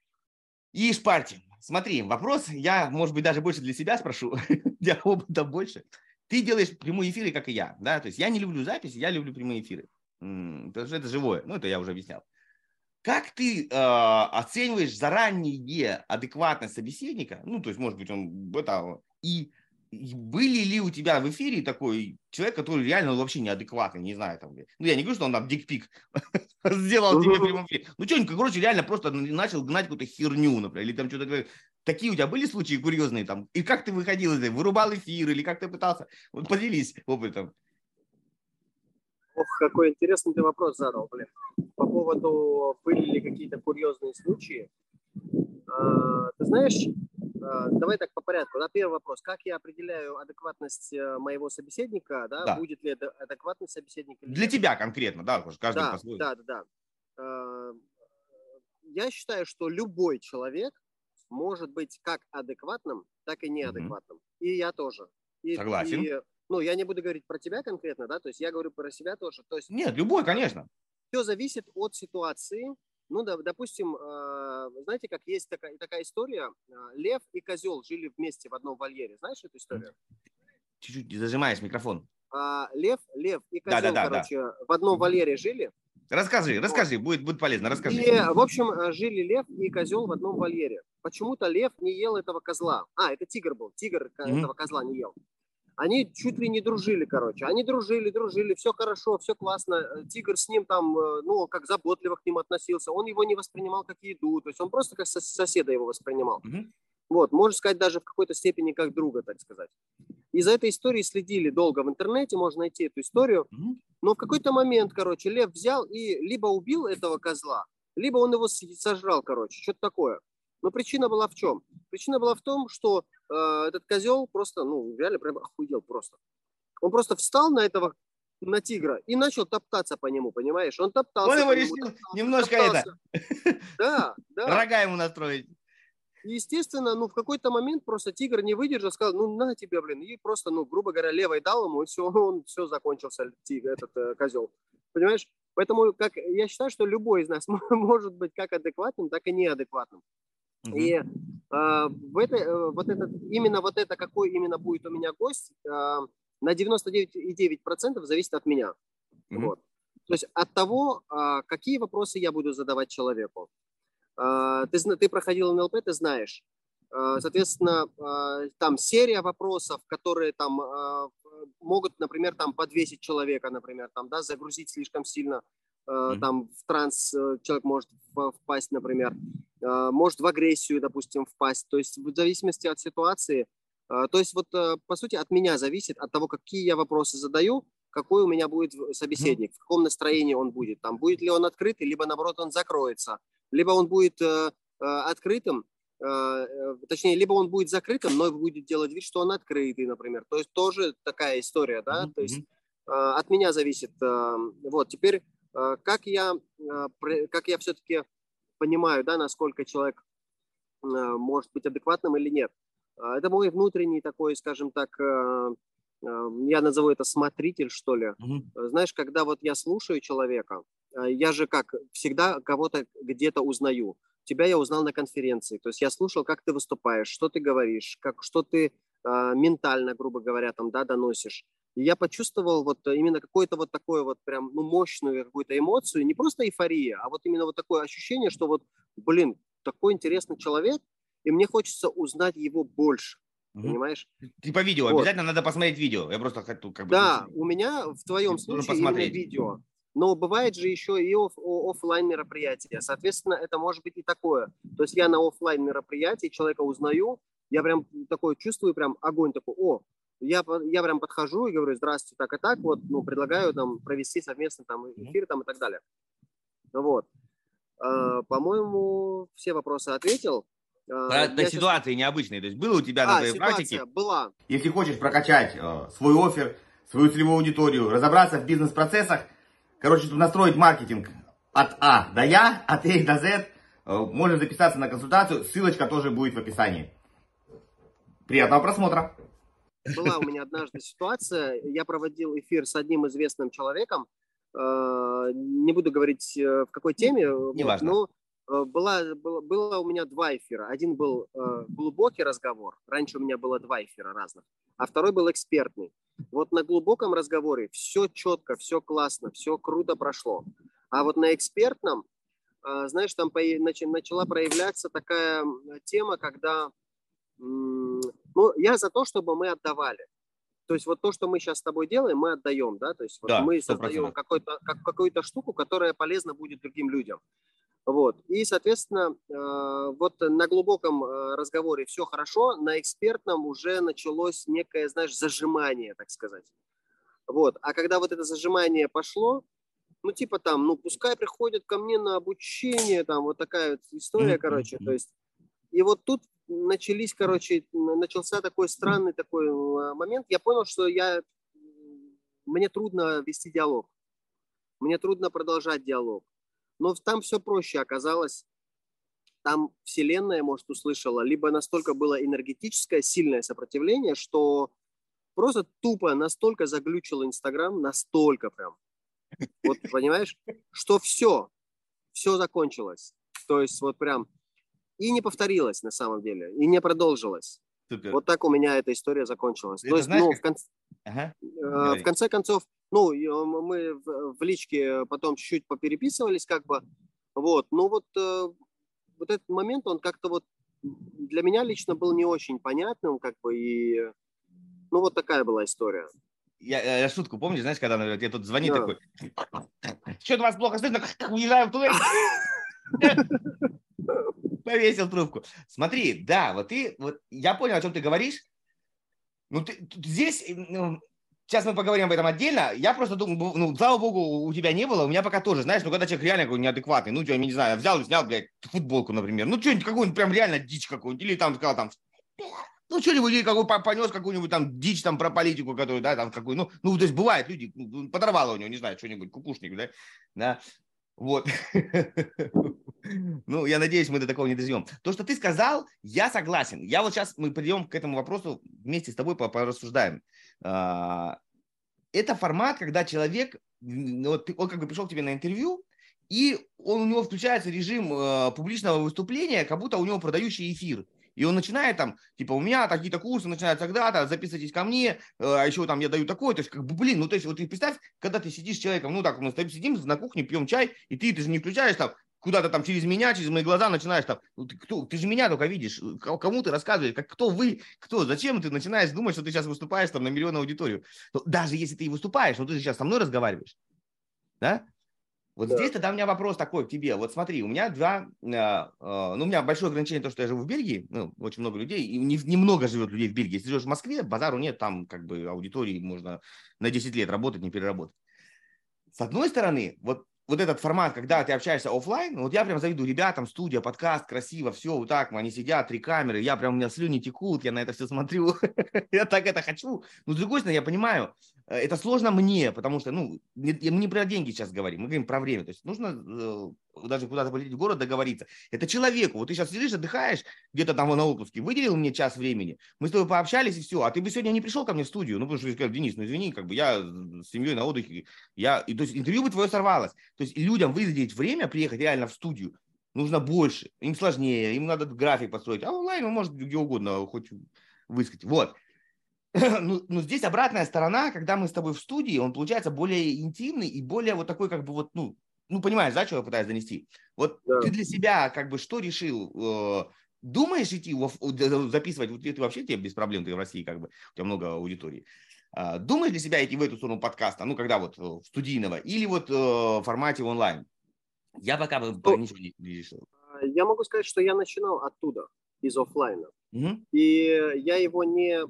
и шпарьте. Смотри, вопрос я, может быть, даже больше для себя спрошу, для опыта больше. Ты делаешь прямые эфиры, как и я, да, то есть я не люблю записи, я люблю прямые эфиры. Потому что это живое, ну это я уже объяснял. Как ты оцениваешь заранее адекватность собеседника? Ну, то есть, может быть, он и были ли у тебя в эфире такой человек, который реально вообще неадекватный, не знаю, там, ну, я не говорю, что он там дикпик сделал тебе в прямом эфире. Ну, что-нибудь, короче, реально просто начал гнать какую-то херню, например, или там что-то. Такие у тебя были случаи курьезные там? И как ты выходил из этого? Вырубал эфир или как ты пытался? Вот поделись опытом. Ох, какой интересный ты вопрос задал, блин. По поводу, были ли какие-то курьезные случаи. Ты знаешь, давай так по порядку. Да, первый вопрос. Как я определяю адекватность моего собеседника? Да? Будет ли это адекватный собеседник? Или для тебя конкретно, да, каждый по-своему. Да. Я считаю, что любой человек может быть как адекватным, так и неадекватным. И я тоже. Согласен. Ну, я не буду говорить про тебя конкретно, да, то есть я говорю про себя тоже. То есть, нет, любой, конечно. Все зависит от ситуации. Ну, да, допустим, знаете, как есть такая история, лев и козел жили вместе в одном вольере. Знаешь эту историю? Чуть-чуть зажимаешь микрофон. Лев и козел, короче, в одном вольере жили. Расскажи, будет полезно, расскажи. И, в общем, жили лев и козел в одном вольере. Почему-то лев не ел этого козла. Это тигр был, тигр этого козла не ел. Они чуть ли не дружили, короче. Они дружили, все хорошо, все классно. Тигр с ним там, ну, как заботливо к ним относился. Он его не воспринимал как еду, то есть он просто как соседа его воспринимал. Вот, можно сказать, даже в какой-то степени как друга, так сказать. И за этой историей следили долго в интернете, можно найти эту историю. Но в какой-то момент, короче, лев взял и либо убил этого козла, либо он его сожрал, короче, что-то такое. Но причина была в чем? Причина была в том, что этот козел просто, ну, реально прям охуел просто. Он просто встал на тигра и начал топтаться по нему, понимаешь? Он топтался. Он его по нему, решил топтался, немножко топтался. Да. рога ему настроить. И, естественно, ну, в какой-то момент просто тигр не выдержал, сказал, ну, на тебе, блин. И просто, ну, грубо говоря, левой дал ему, и все, он все закончился, этот козел. Понимаешь? Поэтому как, я считаю, что любой из нас может быть как адекватным, так и неадекватным. И именно вот это, какой именно будет у меня гость, на 99,9% зависит от меня. Вот. То есть от того, какие вопросы я буду задавать человеку. Ты проходил НЛП, ты знаешь. Соответственно, там серия вопросов, которые там могут, например, там подвесить человека, например, там, да, загрузить слишком сильно, там в транс человек может впасть, например, может в агрессию, допустим, впасть. То есть в зависимости от ситуации. То есть вот, по сути, от меня зависит, от того, какие я вопросы задаю, какой у меня будет собеседник, в каком настроении он будет. Там будет ли он открытый, либо, наоборот, он закроется. Либо он будет открытым, точнее, либо он будет закрытым, но будет делать вид, что он открытый, например. То есть тоже такая история, да. То есть от меня зависит. Вот, теперь, как я все-таки понимаю, да, насколько человек может быть адекватным или нет. Это мой внутренний такой, скажем так, я назову это смотритель, что ли. Знаешь, когда вот я слушаю человека, я же как всегда кого-то где-то узнаю. Тебя я узнал на конференции. То есть я слушал, как ты выступаешь, что ты говоришь, что ты ментально, грубо говоря, там, да, доносишь. И я почувствовал вот именно какое-то вот такое вот прям, ну, мощную какую-то эмоцию, не просто эйфория, а вот именно вот такое ощущение, что вот, блин, такой интересный человек, и мне хочется узнать его больше. Понимаешь? Типа видео, вот. Обязательно надо посмотреть видео. Я просто хочу как бы... Да, у меня в твоем случае именно видео. Но бывает же еще и офлайн мероприятия. Соответственно, это может быть и такое. То есть я на офлайн мероприятии человека узнаю, я прям такой чувствую прям огонь такой, я прям подхожу и говорю, здравствуйте, так и так, вот, ну, предлагаю там провести совместно там эфир там и так далее. Вот. По-моему, все вопросы ответил. Про ситуации необычные. То есть было у тебя на твоей практике? Была. Если хочешь прокачать свой оффер, свою целевую аудиторию, разобраться в бизнес-процессах, короче, чтобы настроить маркетинг от А до Я, от А до З, можешь записаться на консультацию. Ссылочка тоже будет в описании. Приятного просмотра. Была у меня однажды ситуация. Я проводил эфир с одним известным человеком. Не буду говорить, в какой теме. Неважно. Но было у меня два эфира. Один был глубокий разговор. Раньше у меня было два эфира разных. А второй был экспертный. Вот на глубоком разговоре все четко, все классно, все круто прошло. А вот на экспертном, знаешь, там начала проявляться такая тема, когда я за то, чтобы мы отдавали. То есть вот то, что мы сейчас с тобой делаем, мы отдаем, да? То есть вот да, мы создаем какую-то штуку, которая полезна будет другим людям. Вот. И, соответственно, вот на глубоком разговоре все хорошо, на экспертном уже началось некое, знаешь, зажимание, так сказать. Вот. А когда вот это зажимание пошло, ну, типа там, ну, пускай приходят ко мне на обучение, там, вот такая вот история, короче, то есть, и вот тут начался такой странный такой момент, я понял, что мне трудно вести диалог, мне трудно продолжать диалог. Но там все проще оказалось. Там Вселенная, может, услышала, либо настолько было энергетическое, сильное сопротивление, что просто тупо настолько заглючил Инстаграм, настолько прям. Вот, понимаешь, что все закончилось. То есть вот прям и не повторилось на самом деле, и не продолжилось. Супер. Вот так у меня эта история закончилась. То есть, знаешь, в конце концов, ну, мы в личке потом чуть-чуть попереписывались, как бы, вот, ну вот этот момент, он как-то вот для меня лично был не очень понятным, как бы, и Ну, вот такая была история. Я шутку, помнишь, знаешь, когда тебе тут звонит такой, что-то вас плохо слышно, уезжаю в туннель, повесил трубку. Смотри, да, вот я понял, о чем ты говоришь. Ну, здесь, сейчас мы поговорим об этом отдельно. Я просто думаю, ну, слава богу, у тебя не было, у меня пока тоже, знаешь, ну, когда человек реально какой-нибудь неадекватный, ну, я не знаю, взял и снял, блядь, футболку, например, ну, что-нибудь, какую-нибудь прям реально дичь какую-нибудь, или там сказал, там, ну, что-нибудь, или понес какую-нибудь там дичь там про политику, которую, да, там, какую, ну, то есть бывает, люди, подорвало у него, не знаю, что-нибудь, кукушник, да, вот. Ну, я надеюсь, мы до такого не доживем. То, что ты сказал, я согласен. Я вот сейчас, мы придем к этому вопросу вместе с тобой порассуждаем. Это формат, когда человек, вот, он как бы пришел к тебе на интервью, и у него включается режим публичного выступления, как будто у него продающий эфир. И он начинает там, типа, у меня такие-то курсы начинают тогда-то, записывайтесь ко мне, а еще там я даю такое. То есть, как бы, блин, ну, то есть, вот ты представь, когда ты сидишь с человеком, ну, так, мы сидим на кухне, пьем чай, и ты же не включаешь там, куда-то там через меня, через мои глаза начинаешь там, ну, ты же меня только видишь, кому ты рассказываешь, кто вы, зачем ты начинаешь думать, что ты сейчас выступаешь там на миллионную аудиторию. Но даже если ты и выступаешь, но ты же сейчас со мной разговариваешь, да? Вот да. Здесь тогда у меня вопрос такой к тебе. Вот смотри, у меня у меня большое ограничение то, что я живу в Бельгии, ну, очень много людей, и немного живет людей в Бельгии. Если живешь в Москве, базару нет, там как бы аудитории можно на 10 лет работать, не переработать. С одной стороны, вот этот формат, когда ты общаешься офлайн, вот я прям завидую ребятам, студия, подкаст, красиво, все, вот так, они сидят, 3 камеры, я прям, у меня слюни текут, я на это все смотрю, я так это хочу. Но с другой стороны, я понимаю, это сложно мне, потому что, мы не про деньги сейчас говорим, мы говорим про время, то есть нужно даже куда-то полететь в город, договориться. Это человеку, вот ты сейчас сидишь, отдыхаешь, где-то там на отпуске, выделил мне час времени, мы с тобой пообщались и все, а ты бы сегодня не пришел ко мне в студию, ну, потому что ты сказал, Денис, ну, извини, как бы я с семьей на отдыхе, то есть интервью бы твое сорвалось. То есть людям выделить время, приехать реально в студию, нужно больше, им сложнее, им надо график построить, а онлайн он может где угодно хоть высказать. Вот. Но здесь обратная сторона, когда мы с тобой в студии, он получается более интимный и более вот такой как бы вот, понимаешь, да, что я пытаюсь донести? Вот да. Ты для себя как бы что решил? Думаешь идти записывать, вот ты вообще тебе без проблем, ты в России как бы, у тебя много аудитории. Думаешь для себя идти в эту сторону подкаста, когда вот студийного, или вот в формате онлайн? Я пока ничего не решил. Я могу сказать, что я начинал оттуда, из офлайна. И я его не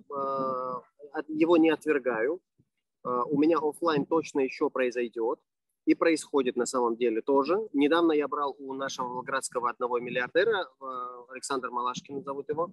отвергаю. У меня офлайн точно еще произойдет. И происходит на самом деле тоже. Недавно я брал у нашего волгоградского одного миллиардера, Александр Малашкин зовут его,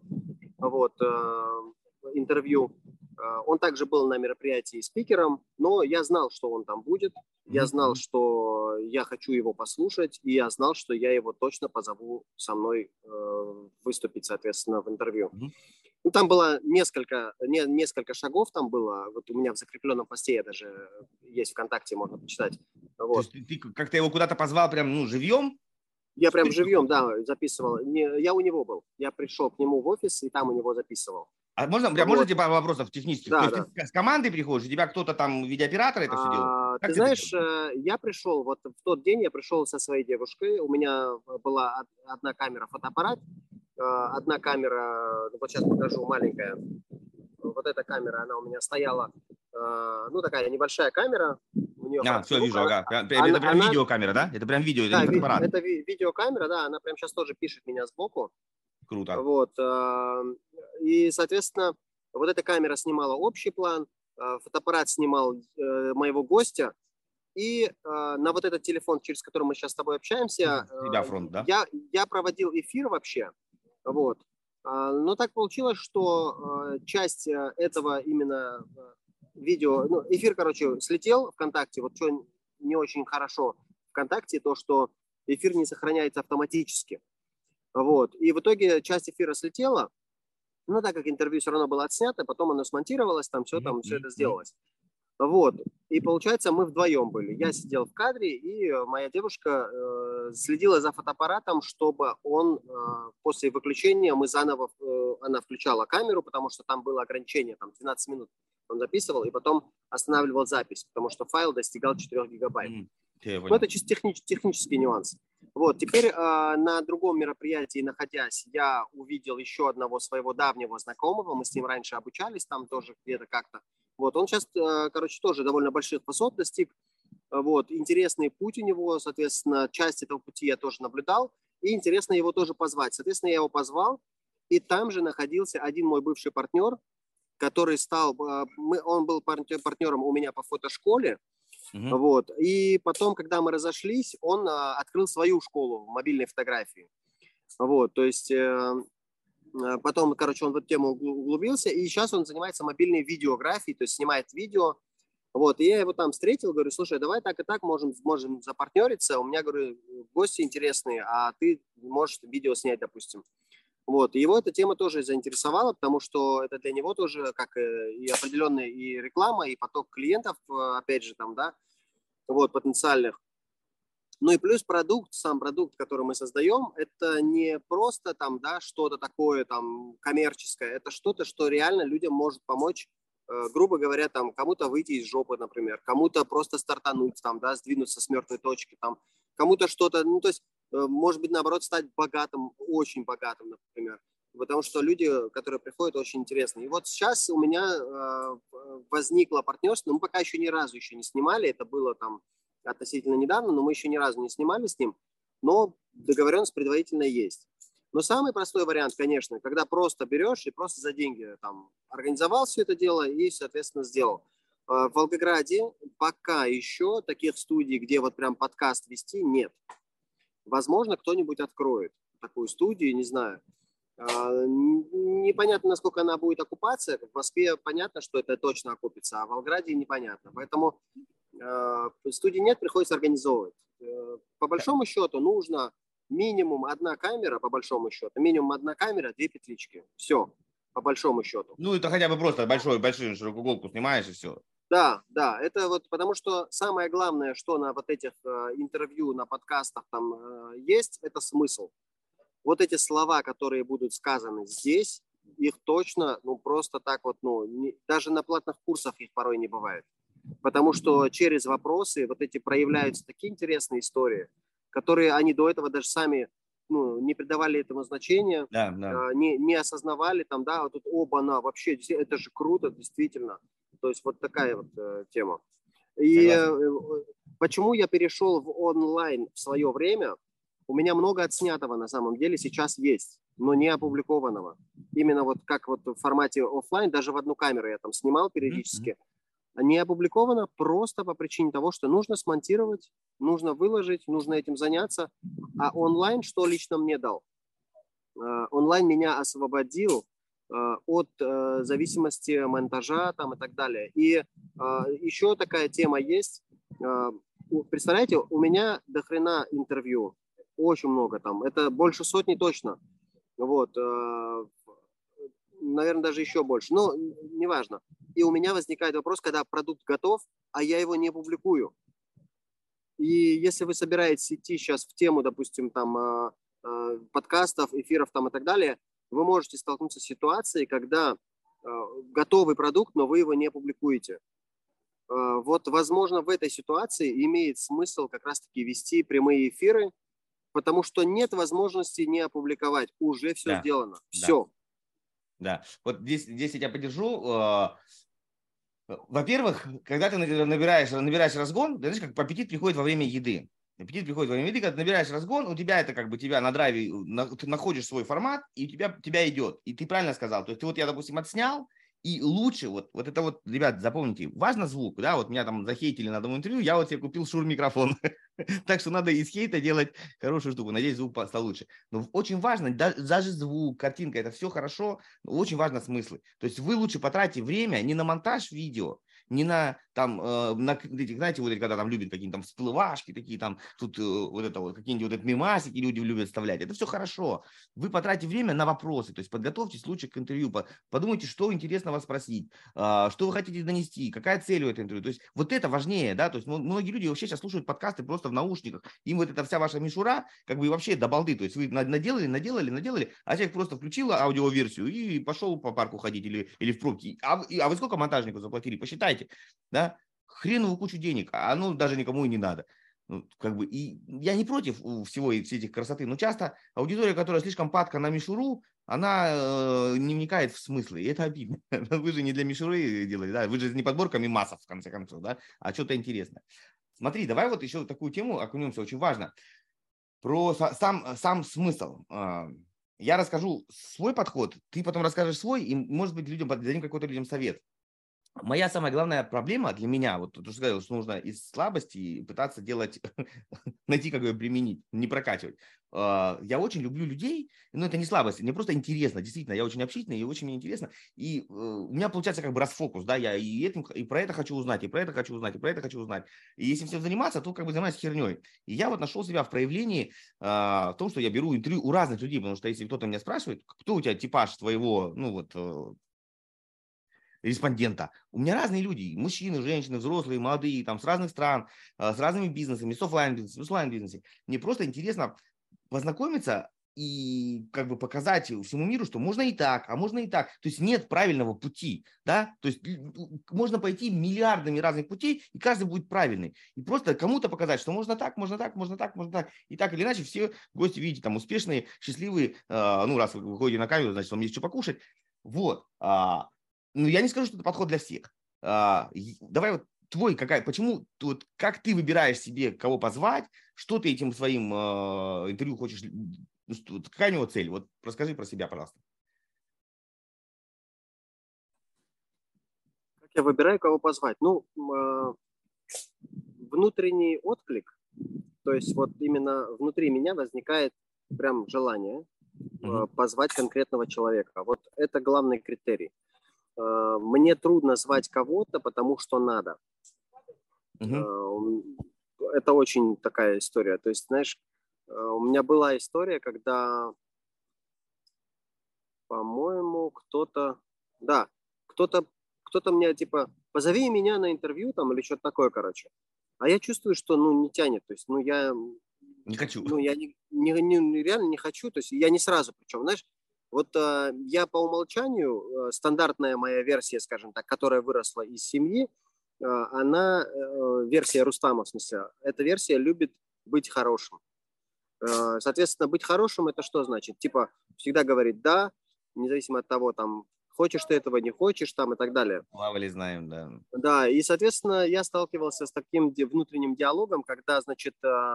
интервью. Он также был на мероприятии спикером, но я знал, что он там будет. Я знал, что я хочу его послушать, и я знал, что я его точно позову со мной выступить, соответственно, в интервью. Ну, там было несколько шагов, там было, вот у меня в закрепленном посте, я даже есть ВКонтакте, можно почитать. Вот. То есть ты как-то его куда-то позвал прям, живьем? Я прям живьем, да, записывал. Я у него был, я пришел к нему в офис и там у него записывал. А можно типа вопросов технических? Да, то есть ты с командой приходишь, у тебя кто-то там видеооператор это все делает? Ты знаешь, я пришел, вот в тот день я пришел со своей девушкой, у меня была одна камера фотоаппарат, одна камера, вот сейчас покажу, маленькая, вот эта камера, она у меня стояла, такая небольшая камера. У нее все, вижу, ага. Это прям видеокамера, да? Это прям видео, это не фотоаппарат. Это видеокамера, да, она прям сейчас тоже пишет меня сбоку. Круто. Вот, и, соответственно, вот эта камера снимала общий план, фотоаппарат снимал моего гостя, и на вот этот телефон, через который мы сейчас с тобой общаемся, фронт, да? я проводил эфир вообще, вот. Но так получилось, что часть этого именно видео, эфир, слетел ВКонтакте, вот что не очень хорошо ВКонтакте, то, что эфир не сохраняется автоматически. Вот. И в итоге часть эфира слетела, но так как интервью все равно было отснято, потом оно смонтировалось, все это сделалось. Вот. И получается, мы вдвоем были. Я сидел в кадре, и моя девушка следила за фотоаппаратом, чтобы он после выключения она включала камеру, потому что там было ограничение, 12 минут он записывал, и потом останавливал запись, потому что файл достигал 4 гигабайт. Но это чисто технический нюанс. Вот, теперь на другом мероприятии, находясь, я увидел еще одного своего давнего знакомого, мы с ним раньше обучались там тоже где-то как-то. Вот, он сейчас, короче, тоже довольно больших высот достиг. Вот, интересный путь у него, соответственно, часть этого пути я тоже наблюдал, и интересно его тоже позвать. Соответственно, я его позвал, и там же находился один мой бывший партнер, который стал, он был партнером у меня по фотошколе. Вот. И потом, когда мы разошлись, он открыл свою школу мобильной фотографии. Вот. То есть потом, короче, он в эту тему углубился, и сейчас он занимается мобильной видеографией, то есть снимает видео. Вот. И я его там встретил, говорю, слушай, давай так и так можем запартнериться. У меня, говорю, гости интересные, а ты можешь видео снять, допустим. Вот. И его эта тема тоже заинтересовала, потому что это для него тоже как и определенная и реклама, и поток клиентов, опять же, там, да, вот, потенциальных. Ну и плюс продукт, сам продукт, который мы создаем, это не просто там, да, что-то такое там коммерческое, это что-то, что реально людям может помочь, грубо говоря, там, кому-то выйти из жопы, например, кому-то просто стартануть, там, да, сдвинуться с мертвой точки, там, кому-то что-то, ну, то есть, может быть, наоборот, стать богатым, очень богатым, например, потому что люди, которые приходят, очень интересные. И вот сейчас у меня возникло партнерство, мы пока еще ни разу еще не снимали, это было там относительно недавно, но мы еще ни разу не снимали с ним, но договоренность предварительно есть. Но самый простой вариант, конечно, когда просто берешь и просто за деньги там организовал все это дело и, соответственно, сделал. В Волгограде пока еще таких студий, где вот прям подкаст вести, нет. Возможно, кто-нибудь откроет такую студию, не знаю. Непонятно, насколько она будет окупаться. В Москве понятно, что это точно окупится, а в Волгограде непонятно. Поэтому студии нет, приходится организовывать. По большому счету нужно минимум одна камера, по большому счету. Минимум одна камера, 2 петлички. Все, по большому счету. Ну, это хотя бы просто большую широкоуголку снимаешь и все. Да, да, это вот потому что самое главное, что на вот этих интервью, на подкастах там есть, это смысл. Вот эти слова, которые будут сказаны здесь, их точно, ну, просто так вот, ну, даже на платных курсах их порой не бывает. Потому что через вопросы вот эти проявляются такие интересные истории, которые они до этого даже сами, ну, не придавали этому значения, да, да. Не осознавали, там, да, вот тут оба-на, вообще, это же круто, действительно. То есть вот такая вот тема. И почему я перешел в онлайн в свое время? У меня много отснятого на самом деле сейчас есть, но не опубликованного. Именно вот как вот в формате офлайн, даже в одну камеру я там снимал периодически. Не опубликовано просто по причине того, что нужно смонтировать, нужно выложить, нужно этим заняться. А онлайн что лично мне дал? Онлайн меня освободил от зависимости монтажа там, и так далее. И еще такая тема есть. Представляете, у меня дохрена интервью. Очень много там. Это больше сотни точно. Вот. Наверное, даже еще больше. Но неважно. И у меня возникает вопрос, когда продукт готов, а я его не публикую. И если вы собираетесь идти сейчас в тему, допустим, там подкастов, эфиров там и так далее, вы можете столкнуться с ситуацией, когда готовый продукт, но вы его не публикуете. Вот, возможно, в этой ситуации имеет смысл как раз-таки вести прямые эфиры, потому что нет возможности не опубликовать. Уже все сделано. Все. Да. Вот здесь я тебя поддержу. Во-первых, когда ты набираешь разгон, ты знаешь, как аппетит приходит во время еды. Аппетит приходит во время еды, когда ты набираешь разгон, у тебя это как бы тебя на драйве, ты находишь свой формат, и у тебя идет. И ты правильно сказал. То есть я, допустим, отснял, и лучше, вот это вот, ребят, запомните, важно звук, да, вот меня там захейтили на одном интервью, я вот себе купил Shure-микрофон, так что надо из хейта делать хорошую штуку, надеюсь, звук стал лучше. Но очень важно, даже звук, картинка, это все хорошо, но очень важно смыслы. То есть вы лучше потратите время не на монтаж видео, не на там, знаете, вот когда там любят какие-то там всплывашки, такие там, тут вот это вот, какие-нибудь вот мемасики люди любят вставлять, это все хорошо. Вы потратите время на вопросы, то есть подготовьтесь лучше к интервью, подумайте, что интересно вас спросить, что вы хотите донести, какая цель у этого интервью, то есть вот это важнее, да, то есть многие люди вообще сейчас слушают подкасты просто в наушниках, им вот эта вся ваша мишура, как бы вообще до балды, то есть вы наделали, а человек просто включил аудиоверсию и пошел по парку ходить или в пробке, а вы сколько монтажнику заплатили, посчитайте, да, хреновую кучу денег, а оно даже никому и не надо. Ну, как бы, и я не против всего и всей этих красоты, но часто аудитория, которая слишком падка на мишуру, она не вникает в смыслы, и это обидно. Вы же не для мишуры делаете, да? Вы же не подборка мемасов, в конце концов, да? А что-то интересное. Смотри, давай вот еще такую тему окунемся, очень важно. Про сам смысл. Я расскажу свой подход, ты потом расскажешь свой, и, может быть, людям дадим какой-то людям совет. Моя самая главная проблема для меня, вот ты же сказал, что нужно из слабости пытаться делать, найти, как ее применить, не прокачивать. Я очень люблю людей, но это не слабость, мне просто интересно, действительно, я очень общительный, и очень мне интересно. И у меня получается как бы расфокус, да, я и про это хочу узнать, и про это хочу узнать, и про это хочу узнать. И если всем заниматься, то как бы занимаюсь херней. И я вот нашел себя в проявлении в том, что я беру интервью у разных людей, потому что если кто-то меня спрашивает, кто у тебя типаж твоего, ну вот, респондента. У меня разные люди, мужчины, женщины, взрослые, молодые, там, с разных стран, с разными бизнесами, с офлайн-бизнесом, с онлайн-бизнесом. Мне просто интересно познакомиться и как бы показать всему миру, что можно и так, а можно и так. То есть нет правильного пути, да? То есть можно пойти миллиардами разных путей, и каждый будет правильный. И просто кому-то показать, что можно так, можно так, можно так, можно так. И так или иначе все гости, видите, там успешные, счастливые. Ну, раз вы выходите на камеру, значит, вам есть что покушать. Вот. Ну, я не скажу, что это подход для всех. Давай вот твой, почему, вот, как ты выбираешь себе, кого позвать, что ты этим своим интервью хочешь, какая у него цель? Вот расскажи про себя, пожалуйста. Как я выбираю, кого позвать? Ну, внутренний отклик, то есть вот именно внутри меня возникает прям желание позвать конкретного человека. Вот это главный критерий. Мне трудно звать кого-то, потому что надо. Это очень такая история. То есть, знаешь, у меня была история, когда, по-моему, кто-то мне типа позови меня на интервью там или что-то такое, короче. А я чувствую, что ну не тянет. То есть, ну я не хочу. Ну я реально не хочу. То есть я не сразу, причем, знаешь. Вот я по умолчанию, стандартная моя версия, скажем так, которая выросла из семьи, она, версия Рустама, в смысле, эта версия любит быть хорошим. Соответственно, быть хорошим – это что значит? Типа всегда говорить «да», независимо от того, там, хочешь ты этого, не хочешь, там, и так далее. Плавали, знаем, да. Да, и, соответственно, я сталкивался с таким внутренним диалогом, когда, значит,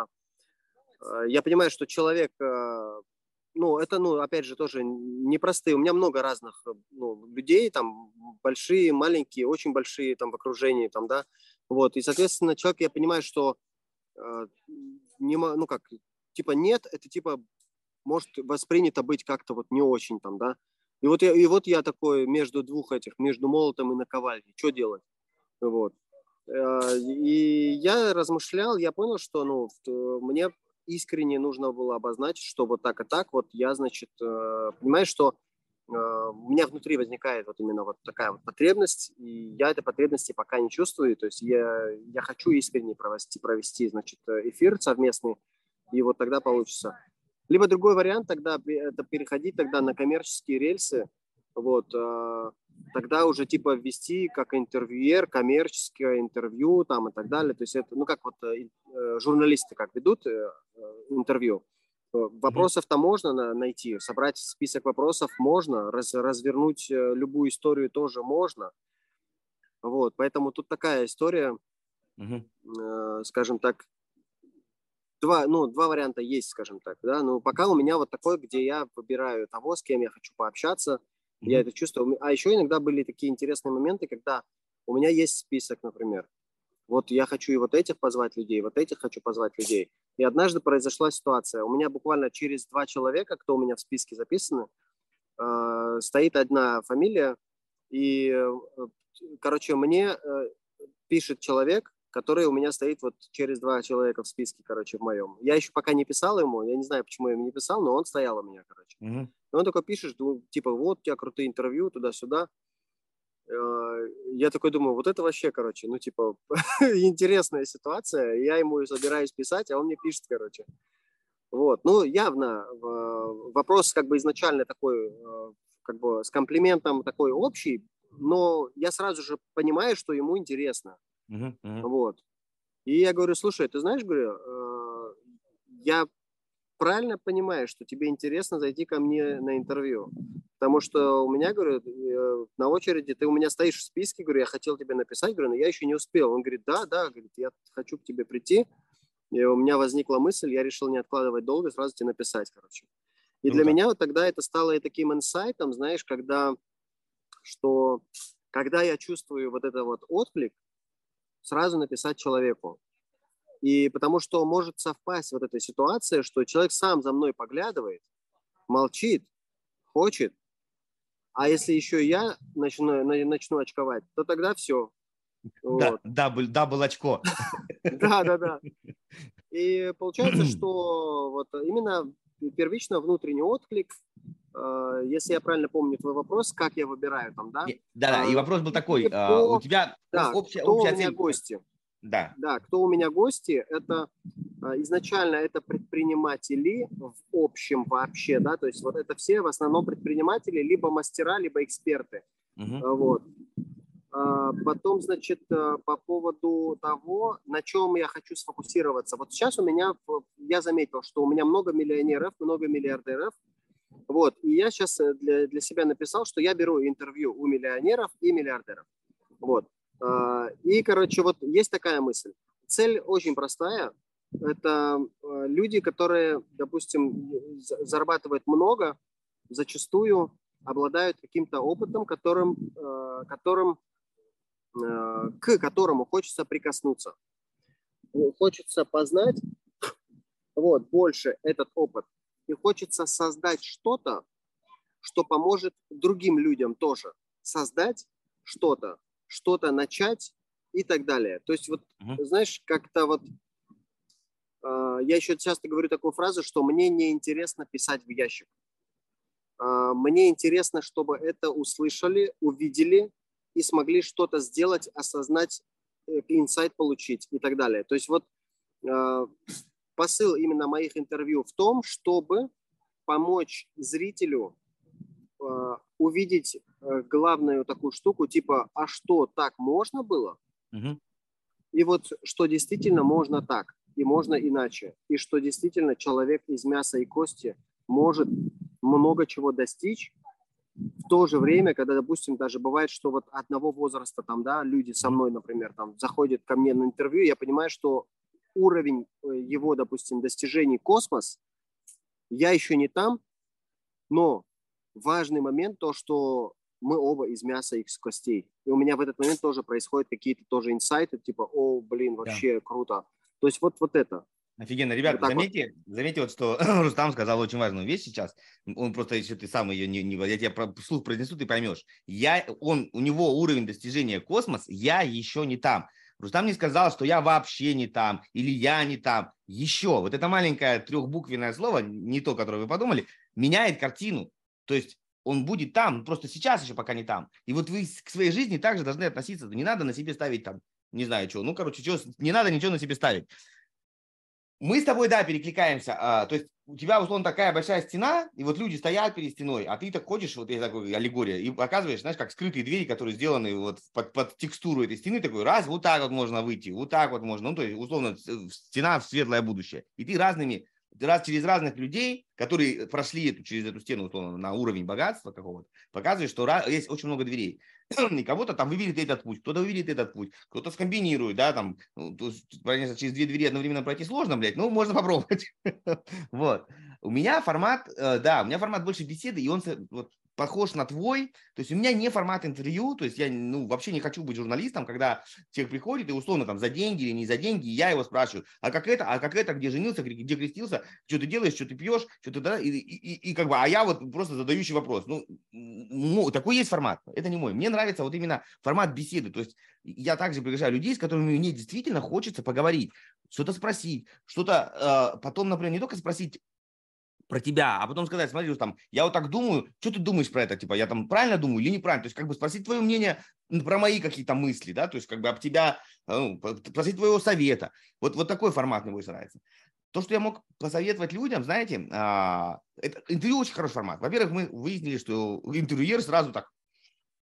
я понимаю, что человек ну, это, ну, опять же, тоже непростые. У меня много разных людей, там, большие, маленькие, очень большие, там, в окружении, там, да, вот, и, соответственно, человек, я понимаю, что, ну, как, типа, нет, это, типа, может воспринято быть как-то вот не очень, там, да, и вот я такой между двух этих, между молотом и наковальней, что делать, вот, и я размышлял, я понял, что, ну, мне искренне нужно было обозначить, что вот так и так, вот я, значит, понимаю, что у меня внутри возникает вот именно вот такая вот потребность, и я этой потребности пока не чувствую, то есть я хочу искренне провести, значит, эфир совместный, и вот тогда получится. Либо другой вариант тогда, это переходить тогда на коммерческие рельсы, вот, тогда уже типа ввести как интервьюер, коммерческое интервью там и так далее. То есть это, ну как вот журналисты как ведут интервью. Вопросов-то можно найти, собрать список вопросов можно, развернуть любую историю тоже можно. Вот, поэтому тут такая история, скажем так, два варианта есть, скажем так, да, но пока у меня вот такой, где я выбираю того, с кем я хочу пообщаться, я это чувствую. А еще иногда были такие интересные моменты, когда у меня есть список, например, вот я хочу и вот этих позвать людей, вот этих хочу позвать людей. И однажды произошла ситуация, у меня буквально через 2 человека, кто у меня в списке записаны, стоит одна фамилия, и, короче, мне пишет человек, который у меня стоит вот через 2 человека в списке, короче, в моем. Я еще пока не писал ему, я не знаю, почему я ему не писал, но он стоял у меня, короче. И он такой пишет, типа, вот у тебя крутые интервью, туда-сюда. Я такой думаю, вот это вообще, короче, ну, типа, интересная ситуация. Я ему собираюсь писать, а он мне пишет, короче. Вот, ну, явно вопрос как бы изначально такой, как бы с комплиментом такой общий, но я сразу же понимаю, что ему интересно. Вот. И я говорю, слушай, ты знаешь, говорю, я правильно понимаю, что тебе интересно зайти ко мне на интервью. Потому что у меня, говорю, на очереди, ты у меня стоишь в списке, говорю, я хотел тебе написать, говорю, но я еще не успел. Он говорит, да, говорит, я хочу к тебе прийти. И у меня возникла мысль, я решил не откладывать долго, сразу тебе написать, короче. И для Круто. меня вот тогда это стало и таким инсайтом, знаешь, когда я чувствую вот этот вот отклик, сразу написать человеку. И потому что может совпасть вот эта ситуация, что человек сам за мной поглядывает, молчит, хочет, а если еще я начну очковать, то тогда все. Да, Вот. дабл очко. Да. И получается, что вот именно первично внутренний отклик, если я правильно помню твой вопрос, как я выбираю там, да? Да. И вопрос был такой, у По, тебя да, кто у общая меня цель. гости? Да. Да, кто у меня гости, это изначально это предприниматели в общем вообще, да, то есть вот это все в основном предприниматели, либо мастера, либо эксперты. Вот. Потом, значит, по поводу того, на чем я хочу сфокусироваться. Вот сейчас я заметил, что у меня много миллионеров, много миллиардеров. Вот. И я сейчас для себя написал, что я беру интервью у миллионеров и миллиардеров. Вот. И, короче, вот есть такая мысль. Цель очень простая. Это люди, которые, допустим, зарабатывают много, зачастую обладают каким-то опытом, к которому хочется прикоснуться. Хочется познать больше этот опыт. И хочется создать что-то, что поможет другим людям тоже создать что-то начать и так далее. То есть вот, знаешь, как-то вот я еще часто говорю такую фразу, что мне не интересно писать в ящик. Мне интересно, чтобы это услышали, увидели и смогли что-то сделать, осознать, инсайт получить и так далее. То есть вот посыл именно моих интервью в том, чтобы помочь зрителю увидеть главную такую штуку, типа, а что, так можно было? И вот что действительно можно так, и можно иначе. И что действительно человек из мяса и кости может много чего достичь, в то же время, когда, допустим, даже бывает, что вот одного возраста там, да, люди со мной, например, там, заходят ко мне на интервью, я понимаю, что уровень его, допустим, достижений космос, я еще не там, но важный момент то, что мы оба из мяса и из костей. И у меня в этот момент тоже происходят какие-то тоже инсайты, типа, о, блин, вообще круто. То есть вот это. Офигенно. Ребят, вот заметьте, вот, что Рустам сказал очень важную вещь сейчас. Он просто, если ты сам ее я тебе вслух произнесу, ты поймешь. У него уровень достижения космос, я еще не там. Рустам не сказал, что я вообще не там, или я не там. Еще. Вот это маленькое трехбуквенное слово, не то, которое вы подумали, меняет картину. То есть он будет там, просто сейчас еще пока не там. И вот вы к своей жизни также должны относиться. Не надо на себе ставить там, не знаю что. Не надо ничего на себе ставить. Мы с тобой, да, перекликаемся. То есть у тебя, условно, такая большая стена, и вот люди стоят перед стеной, а ты так ходишь, вот есть такая аллегория, и показываешь, знаешь, как скрытые двери, которые сделаны вот под текстуру этой стены, такой раз, вот так вот можно выйти, вот так вот можно, ну, то есть, условно, стена в светлое будущее. И ты через разных людей, которые прошли через эту стену, условно, на уровень богатства какого-то, показываешь, что есть очень много дверей. И кого-то там выберет этот путь, кто-то выберет этот путь, кто-то скомбинирует, да, там, конечно, через 2 двери одновременно пройти сложно, блядь, но можно попробовать. Вот. У меня формат больше беседы, и он вот похож на твой, то есть у меня не формат интервью, то есть я вообще не хочу быть журналистом, когда человек приходит и условно там за деньги или не за деньги, и я его спрашиваю, а как это, где женился, где крестился, что ты делаешь, что ты пьешь, что ты, да, и как бы, а я вот просто задающий вопрос. Такой есть формат, это не мой. Мне нравится вот именно формат беседы, то есть я также приглашаю людей, с которыми мне действительно хочется поговорить, что-то спросить, что-то потом, например, не только спросить про тебя, а потом сказать, смотри, там, я вот так думаю, что ты думаешь про это, типа, я там правильно думаю или неправильно, то есть как бы спросить твое мнение про мои какие-то мысли, да, то есть как бы об тебя, спросить твоего совета, вот такой формат мне больше нравится. То, что я мог посоветовать людям, знаете, интервью очень хороший формат. Во-первых, мы выяснили, что интервьюер сразу так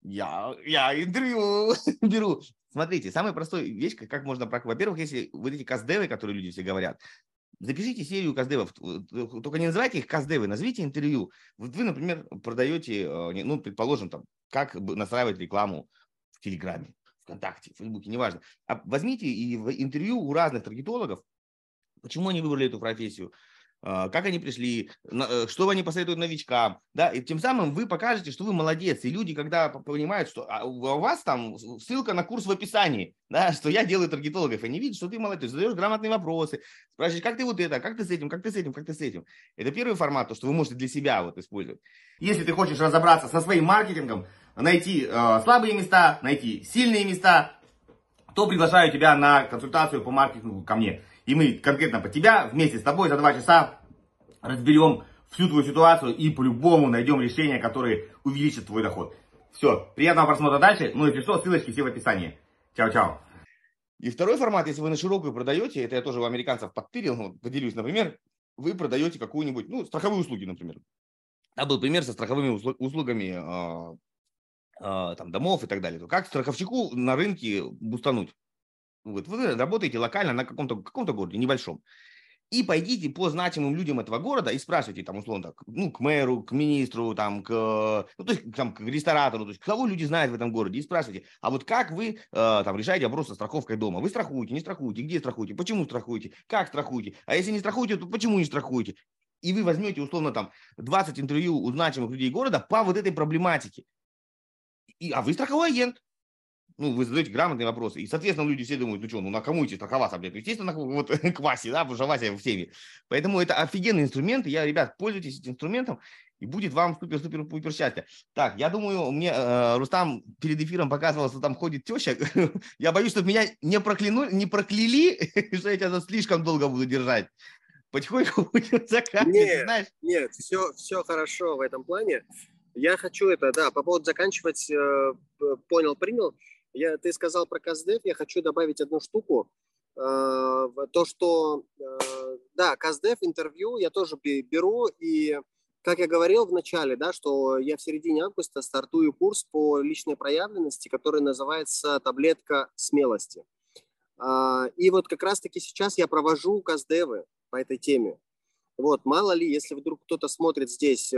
Я интервью беру. Смотрите, самая простая вещь, как можно... Во-первых, если вот эти каздевы, которые люди все говорят, запишите серию каздевов, только не называйте их каздевы, назовите интервью. Вот вы, например, продаете, ну, предположим, там, как настраивать рекламу в Телеграме, ВКонтакте, в Фейсбуке, неважно. А возьмите и в интервью у разных таргетологов, почему они выбрали эту профессию, как они пришли, что они посоветуют новичкам, да, и тем самым вы покажете, что вы молодец, и люди, когда понимают, что у вас там ссылка на курс в описании, да, что я делаю таргетологов, они видят, что ты молодец, задаешь грамотные вопросы, спрашиваешь, как ты вот это, как ты с этим, как ты с этим, как ты с этим. Это первый формат, то, что вы можете для себя вот использовать. Если ты хочешь разобраться со своим маркетингом, найти слабые места, найти сильные места, то приглашаю тебя на консультацию по маркетингу ко мне. И мы конкретно по тебя вместе с тобой за 2 часа разберем всю твою ситуацию и по-любому найдем решение, которое увеличит твой доход. Все, приятного просмотра дальше. Ну, если что, ссылочки все в описании. Чао-чао. И второй формат, если вы на широкую продаете, это я тоже у американцев подтырил, поделюсь, например, вы продаете какую-нибудь, ну, страховые услуги, например. Там был пример со страховыми услугами там, домов и так далее. Как страховщику на рынке бустануть? Вот, вы работаете локально на каком-то городе, небольшом. И пойдите по значимым людям этого города и спрашивайте, там, условно, так, ну, к мэру, к министру, там, ну, то есть, там, к ресторатору, то есть, кого люди знают в этом городе, и спрашивайте, а вот как вы там решаете вопрос со страховкой дома? Вы страхуете, не страхуете, где страхуете, почему страхуете, как страхуете, а если не страхуете, то почему не страхуете? И вы возьмете, условно, там, 20 интервью у значимых людей города по вот этой проблематике. А вы страховой агент. Ну, вы задаете грамотные вопросы. И, соответственно, люди все думают, ну что, ну на кому идти страховаться, блядь? Естественно, вот к Васе, да, потому что Вася в теме. Поэтому это офигенный инструмент. Я, ребят, пользуйтесь этим инструментом, и будет вам супер-супер-пупер счастье. Так, я думаю, мне Рустам перед эфиром показывал, что там ходит теща. Я боюсь, чтобы меня не прокляли, что я тебя слишком долго буду держать. Потихоньку будем заканчивать, знаешь? Нет, все хорошо в этом плане. Я хочу по поводу заканчивать, принял. Ты сказал про Каздев, я хочу добавить одну штуку. То, что, да, Каздев, интервью я тоже беру, и, как я говорил в начале, да, что я в середине августа стартую курс по личной проявленности, который называется «Таблетка смелости». И вот как раз-таки сейчас я провожу Каздевы по этой теме. Вот, мало ли, если вдруг кто-то смотрит здесь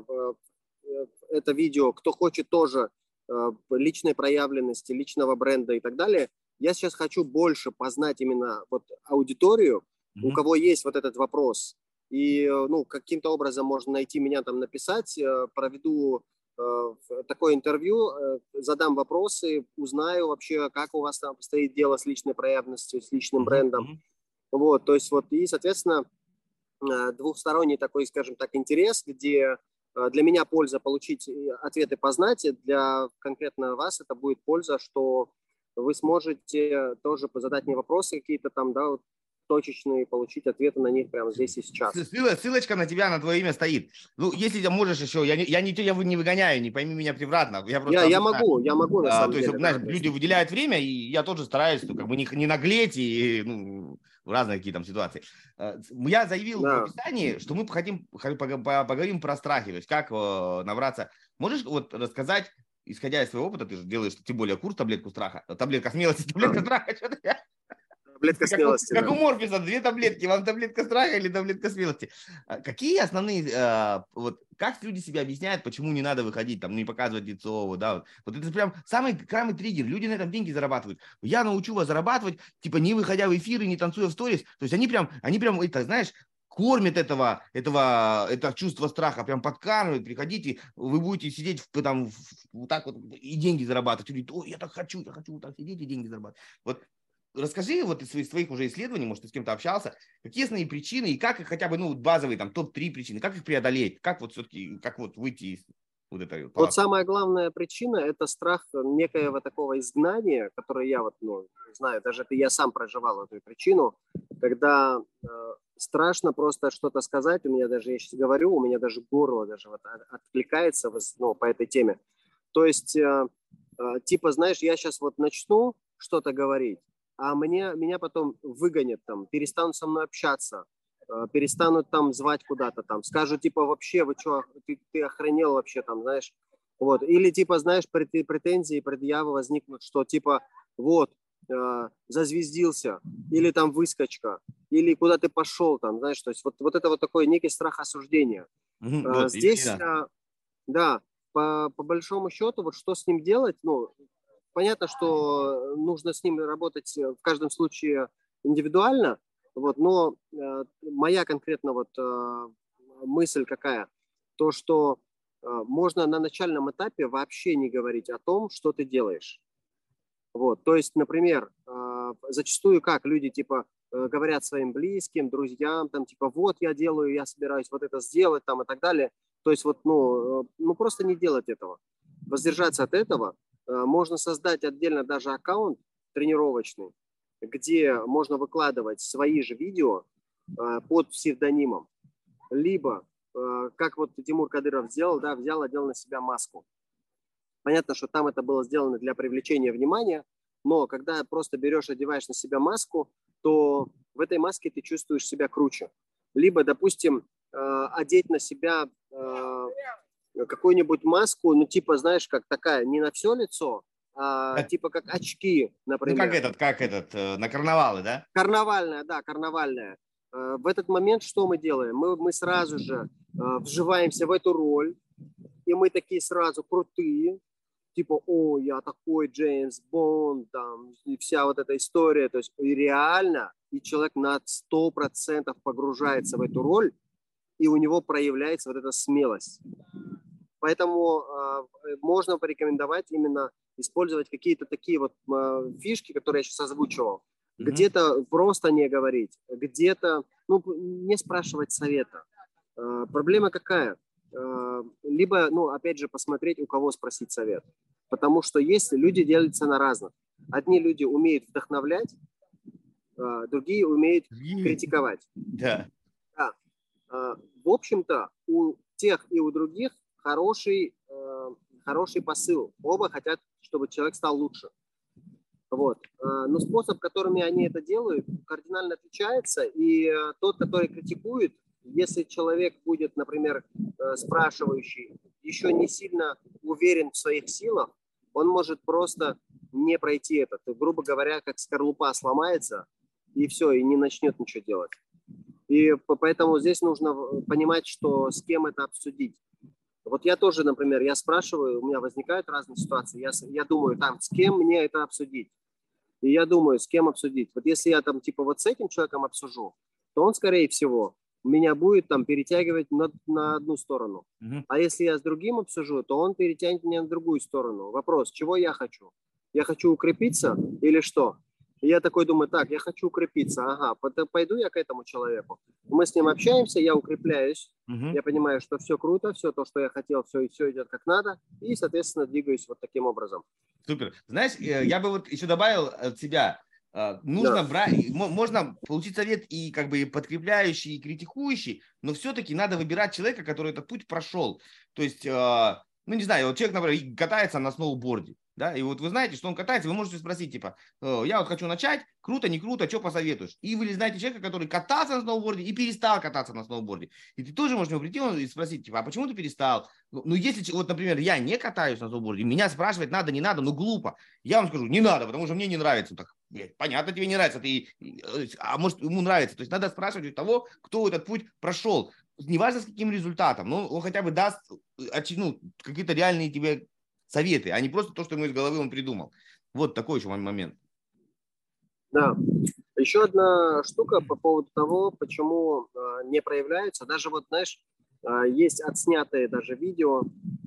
это видео, кто хочет тоже личной проявленности, личного бренда и так далее, я сейчас хочу больше познать именно вот аудиторию, у кого есть вот этот вопрос. И, ну, каким-то образом можно найти меня там, написать, проведу такое интервью, задам вопросы, узнаю вообще, как у вас там стоит дело с личной проявленностью, с личным брендом. Вот, то есть вот, и, соответственно, двухсторонний такой, скажем так, интерес, где для меня польза получить ответы познать, для конкретно вас это будет польза, что вы сможете тоже задать мне вопросы какие-то там, да, вот, точечные, получить ответы на них прямо здесь и сейчас. Ссылочка на тебя, на твое имя стоит. Ну, если ты можешь еще, я не выгоняю, не пойми меня превратно. Я могу, на самом деле. То есть, знаешь, люди выделяют время, и я тоже стараюсь, как бы не наглеть и, ну, в разные какие там ситуации. Я заявил в описании, что мы поговорим про страхи, то есть как набраться. Можешь вот рассказать, исходя из своего опыта, ты же делаешь, тем более, курс «Таблетка смелости», «Таблетка страха», что-то я... Таблетка смелости. Как у Морфиса, 2 таблетки. Вам таблетка страха или таблетка смелости? Какие основные... Вот как люди себе объясняют, почему не надо выходить, там, не показывать лицо? Да, вот это прям самый триггер. Люди на этом деньги зарабатывают. Я научу вас зарабатывать, типа, не выходя в эфиры, не танцуя в сторис. То есть они прям это, знаешь, кормят это чувство страха, прям подкармливают. Приходите, вы будете сидеть там, вот так вот и деньги зарабатывать. Люди, ой, я хочу вот так сидеть и деньги зарабатывать. Вот расскажи вот из своих уже исследований, может, ты с кем-то общался, какие основные причины и как их хотя бы, ну, базовые, там, топ-3 причины, как их преодолеть, как вот все-таки, как вот выйти из вот этой палаты? Вот самая главная причина – это страх некоего такого изгнания, которое я вот, ну, знаю, даже это я сам проживал эту причину, когда страшно просто что-то сказать, у меня даже, я сейчас говорю, у меня даже горло даже вот откликается, ну, по этой теме. То есть, типа, знаешь, я сейчас вот начну что-то говорить, а меня потом выгонят, там, перестанут со мной общаться, перестанут там звать куда-то, там, скажут, типа, вообще, вы что, ты охренел вообще, там, знаешь, Вот. Или типа, знаешь, претензии, предъявы возникнут, что типа вот, зазвездился, или там выскочка, или куда ты пошел там, знаешь, то есть вот это вот такой некий страх осуждения. Вот, Здесь, именно. да, по большому счету, вот что с ним делать, ну, понятно, что нужно с ним работать в каждом случае индивидуально, вот, но моя конкретно вот мысль какая, то, что можно на начальном этапе вообще не говорить о том, что ты делаешь. Вот, то есть, например, зачастую как люди типа говорят своим близким, друзьям, там типа вот я делаю, я собираюсь вот это сделать там и так далее. То есть вот, ну просто не делать этого, воздержаться от этого. Можно создать отдельно даже аккаунт тренировочный, где можно выкладывать свои же видео под псевдонимом, либо как вот Тимур Кадыров сделал, да, взял, одел на себя маску. Понятно, что там это было сделано для привлечения внимания, но когда просто берешь, одеваешь на себя маску, то в этой маске ты чувствуешь себя круче. Либо, допустим, одеть на себя какую-нибудь маску, ну, типа, знаешь, как такая, не на все лицо, а типа как очки, Ну, например. как этот, на карнавалы, да? Карнавальная, да, карнавальная. В этот момент что мы делаем? Мы сразу же вживаемся в эту роль, и мы такие сразу крутые, типа, о, я такой Джеймс Бонд, там, и вся вот эта история, то есть и реально, и человек на 100% погружается в эту роль, и у него проявляется вот эта смелость. Поэтому можно порекомендовать именно использовать какие-то такие вот фишки, которые я сейчас озвучивал. Где-то просто не говорить, где-то, ну, не спрашивать совета. Проблема какая? Либо, ну, опять же, посмотреть, у кого спросить совет. Потому что есть люди делятся на разных. Одни люди умеют вдохновлять, другие умеют критиковать. Да. Да. В общем-то, у тех и у других хороший посыл. Оба хотят, чтобы человек стал лучше. Вот. Но способ, которыми они это делают, кардинально отличается. И тот, который критикует, если человек будет, например, спрашивающий, еще не сильно уверен в своих силах, он может просто не пройти это. Грубо говоря, как скорлупа сломается, и все, и не начнет ничего делать. И поэтому здесь нужно понимать, что с кем это обсудить. Вот я тоже, например, я спрашиваю, у меня возникают разные ситуации, я думаю, там, с кем мне это обсудить. И я думаю, с кем обсудить. Вот если я там типа вот с этим человеком обсужу, то он, скорее всего, меня будет там перетягивать на одну сторону. А если я с другим обсужу, то он перетянет меня на другую сторону. Вопрос, чего я хочу? Я хочу укрепиться или что? И я такой думаю, так, я хочу укрепиться. Ага, пойду я к этому человеку. Мы с ним общаемся, я укрепляюсь. Я понимаю, что все круто, все то, что я хотел, все идет как надо. И, соответственно, двигаюсь вот таким образом. Супер. Знаешь, я бы вот еще добавил от себя. Нужно брать, можно получить совет и как бы подкрепляющий, и критикующий, но все-таки надо выбирать человека, который этот путь прошел. То есть, ну не знаю, вот человек, например, катается на сноуборде, да, и вот вы знаете, что он катается, вы можете спросить, типа, я вот хочу начать, круто, не круто, что посоветуешь? И вы знаете человека, который катался на сноуборде и перестал кататься на сноуборде. И ты тоже можешь прийти и спросить, типа, а почему ты перестал? Ну, если, вот, например, я не катаюсь на сноуборде, меня спрашивать надо, не надо, ну, глупо. Я вам скажу, не надо, потому что мне не нравится. Так, понятно, тебе не нравится, а может, ему нравится. То есть надо спрашивать у того, кто этот путь прошел. Неважно, с каким результатом, но он хотя бы даст какие-то реальные тебе советы, а не просто то, что ему из головы он придумал. Вот такой еще момент. Да. Еще одна штука по поводу того, почему не проявляются. Даже вот, знаешь, есть отснятые даже видео,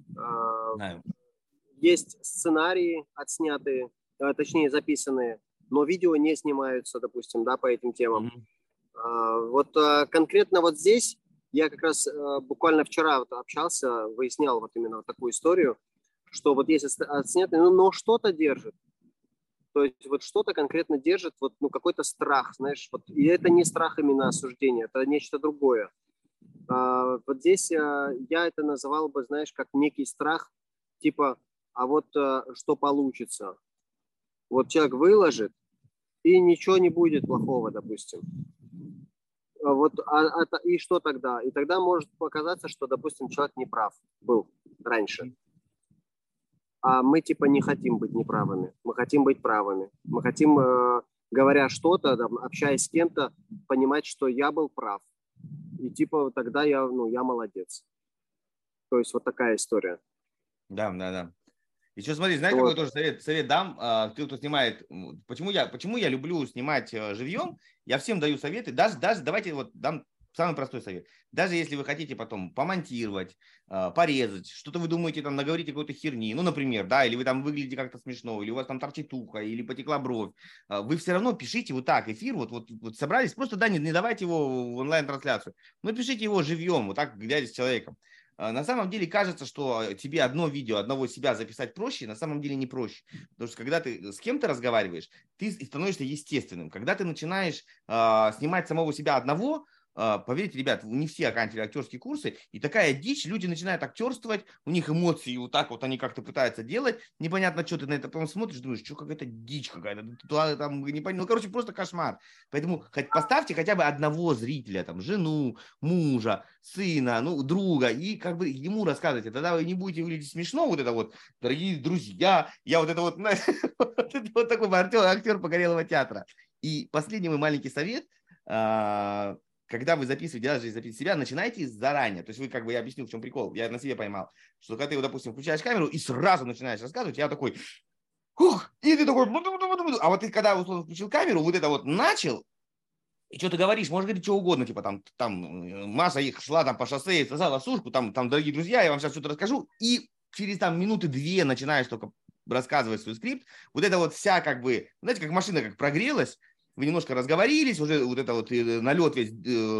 есть сценарии отснятые, точнее записанные, но видео не снимаются, допустим, да, по этим темам. Вот конкретно вот здесь я как раз буквально вчера вот общался, выяснял вот именно вот такую историю, что вот есть отснятые, но что-то держит. То есть вот что-то конкретно держит, вот, ну, какой-то страх, знаешь, вот, и это не страх именно осуждения, это нечто другое. Вот здесь я это называл бы, знаешь, как некий страх, типа, а вот что получится? Вот человек выложит, и ничего не будет плохого, допустим. Вот, и что тогда? И тогда может показаться, что, допустим, человек не прав был раньше. а мы типа не хотим быть неправыми, мы хотим быть правыми. Мы хотим, говоря что-то, общаясь с кем-то, понимать, что я был прав. И типа тогда я молодец. То есть вот такая история. Да, да, да. Еще смотри, знаешь, Вот. какой тоже совет дам? Ты, кто снимает, почему я люблю снимать живьем, я всем даю советы, даже давайте вот дам самый простой совет. Даже если вы хотите потом помонтировать, порезать, что-то вы думаете, там, наговорите какой-то херни, ну, например, да, или вы там выглядите как-то смешно, или у вас там торчит ухо, или потекла бровь, вы все равно пишите вот так, эфир, вот собрались, просто, да, не давайте его в онлайн-трансляцию, но пишите его живьем, вот так, глядя с человеком. На самом деле кажется, что тебе одно видео, одного себя записать проще, на самом деле не проще. Потому что когда ты с кем-то разговариваешь, ты становишься естественным. Когда ты начинаешь снимать самого себя одного, поверьте, ребят, не все оканчивали актерские курсы, и такая дичь, люди начинают актерствовать, у них эмоции вот так вот они как-то пытаются делать, непонятно, что ты на это потом смотришь, думаешь, что какая-то дичь какая-то, там, не понятно, ну, короче, просто кошмар. Поэтому поставьте хотя бы одного зрителя, там, жену, мужа, сына, ну, друга, и как бы ему рассказывайте, тогда вы не будете выглядеть смешно, вот это вот, дорогие друзья, я вот это вот, вот такой актер погорелого театра. И последний мой маленький совет, когда вы записываете, даже записываете себя, начинайте заранее. То есть вы, как бы, я объяснил, в чем прикол, я на себе поймал, что когда ты, допустим, включаешь камеру и сразу начинаешь рассказывать, я такой, и ты такой, а вот ты, когда, условно, включил камеру, вот это вот начал, и что ты говоришь, можешь говорить что угодно, типа там Маша их шла там по шоссе и сказала сушку, там, дорогие друзья, я вам сейчас что-то расскажу, и через там минуты 2 начинаешь только рассказывать свой скрипт, вот это вот вся, как бы, знаете, как машина как прогрелась, вы немножко разговорились, уже вот это вот налет весь,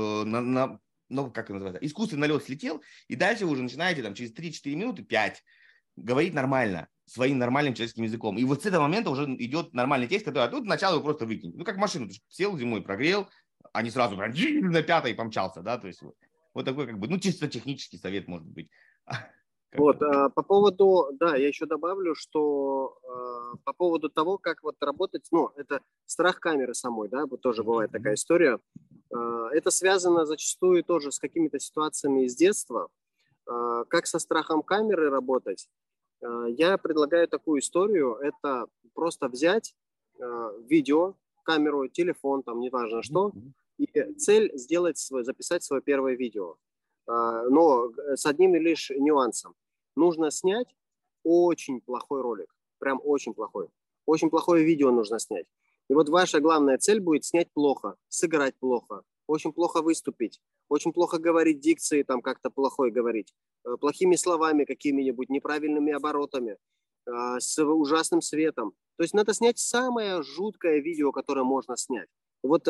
ну, как это называется, искусственный налет слетел, и дальше вы уже начинаете там через 3-4 минуты, 5, говорить нормально, своим нормальным человеческим языком. И вот с этого момента уже идет нормальный текст, который тут сначала вы просто выкинете. Ну, как машину, ты сел зимой, прогрел, а не сразу прям на пятой помчался, да, то есть вот такой как бы, ну, чисто технический совет может быть. Вот, по поводу, да, я еще добавлю, что по поводу того, как вот работать, ну, это страх камеры самой, да, вот тоже бывает такая история. Это связано зачастую тоже с какими-то ситуациями из детства. Как со страхом камеры работать? Я предлагаю такую историю, это просто взять видео, камеру, телефон, там, неважно что, и цель записать свое первое видео. Но с одним лишь нюансом. Нужно снять очень плохой ролик. Прям очень плохой. Очень плохое видео нужно снять. И вот ваша главная цель будет снять плохо, сыграть плохо, очень плохо выступить, очень плохо говорить дикцией, там как-то плохой говорить, плохими словами какими-нибудь, неправильными оборотами, с ужасным светом. То есть надо снять самое жуткое видео, которое можно снять. Вот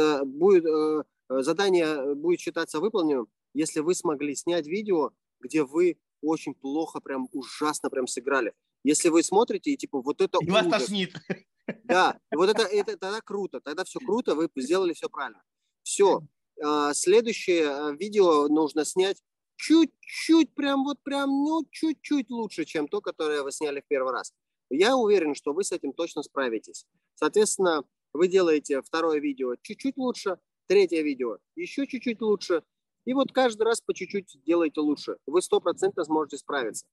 задание будет считаться выполненным, если вы смогли снять видео, где вы очень плохо, прям ужасно прям сыграли. Если вы смотрите и типа вот это и вас тошнит. Да, и вот это тогда круто, тогда все круто, вы сделали все правильно. Все, следующее видео нужно снять чуть-чуть, ну, чуть-чуть лучше, чем то, которое вы сняли в первый раз. Я уверен, что вы с этим точно справитесь. Соответственно, вы делаете второе видео чуть-чуть лучше, третье видео еще чуть-чуть лучше, и вот каждый раз по чуть-чуть делаете лучше. Вы 100% сможете справиться.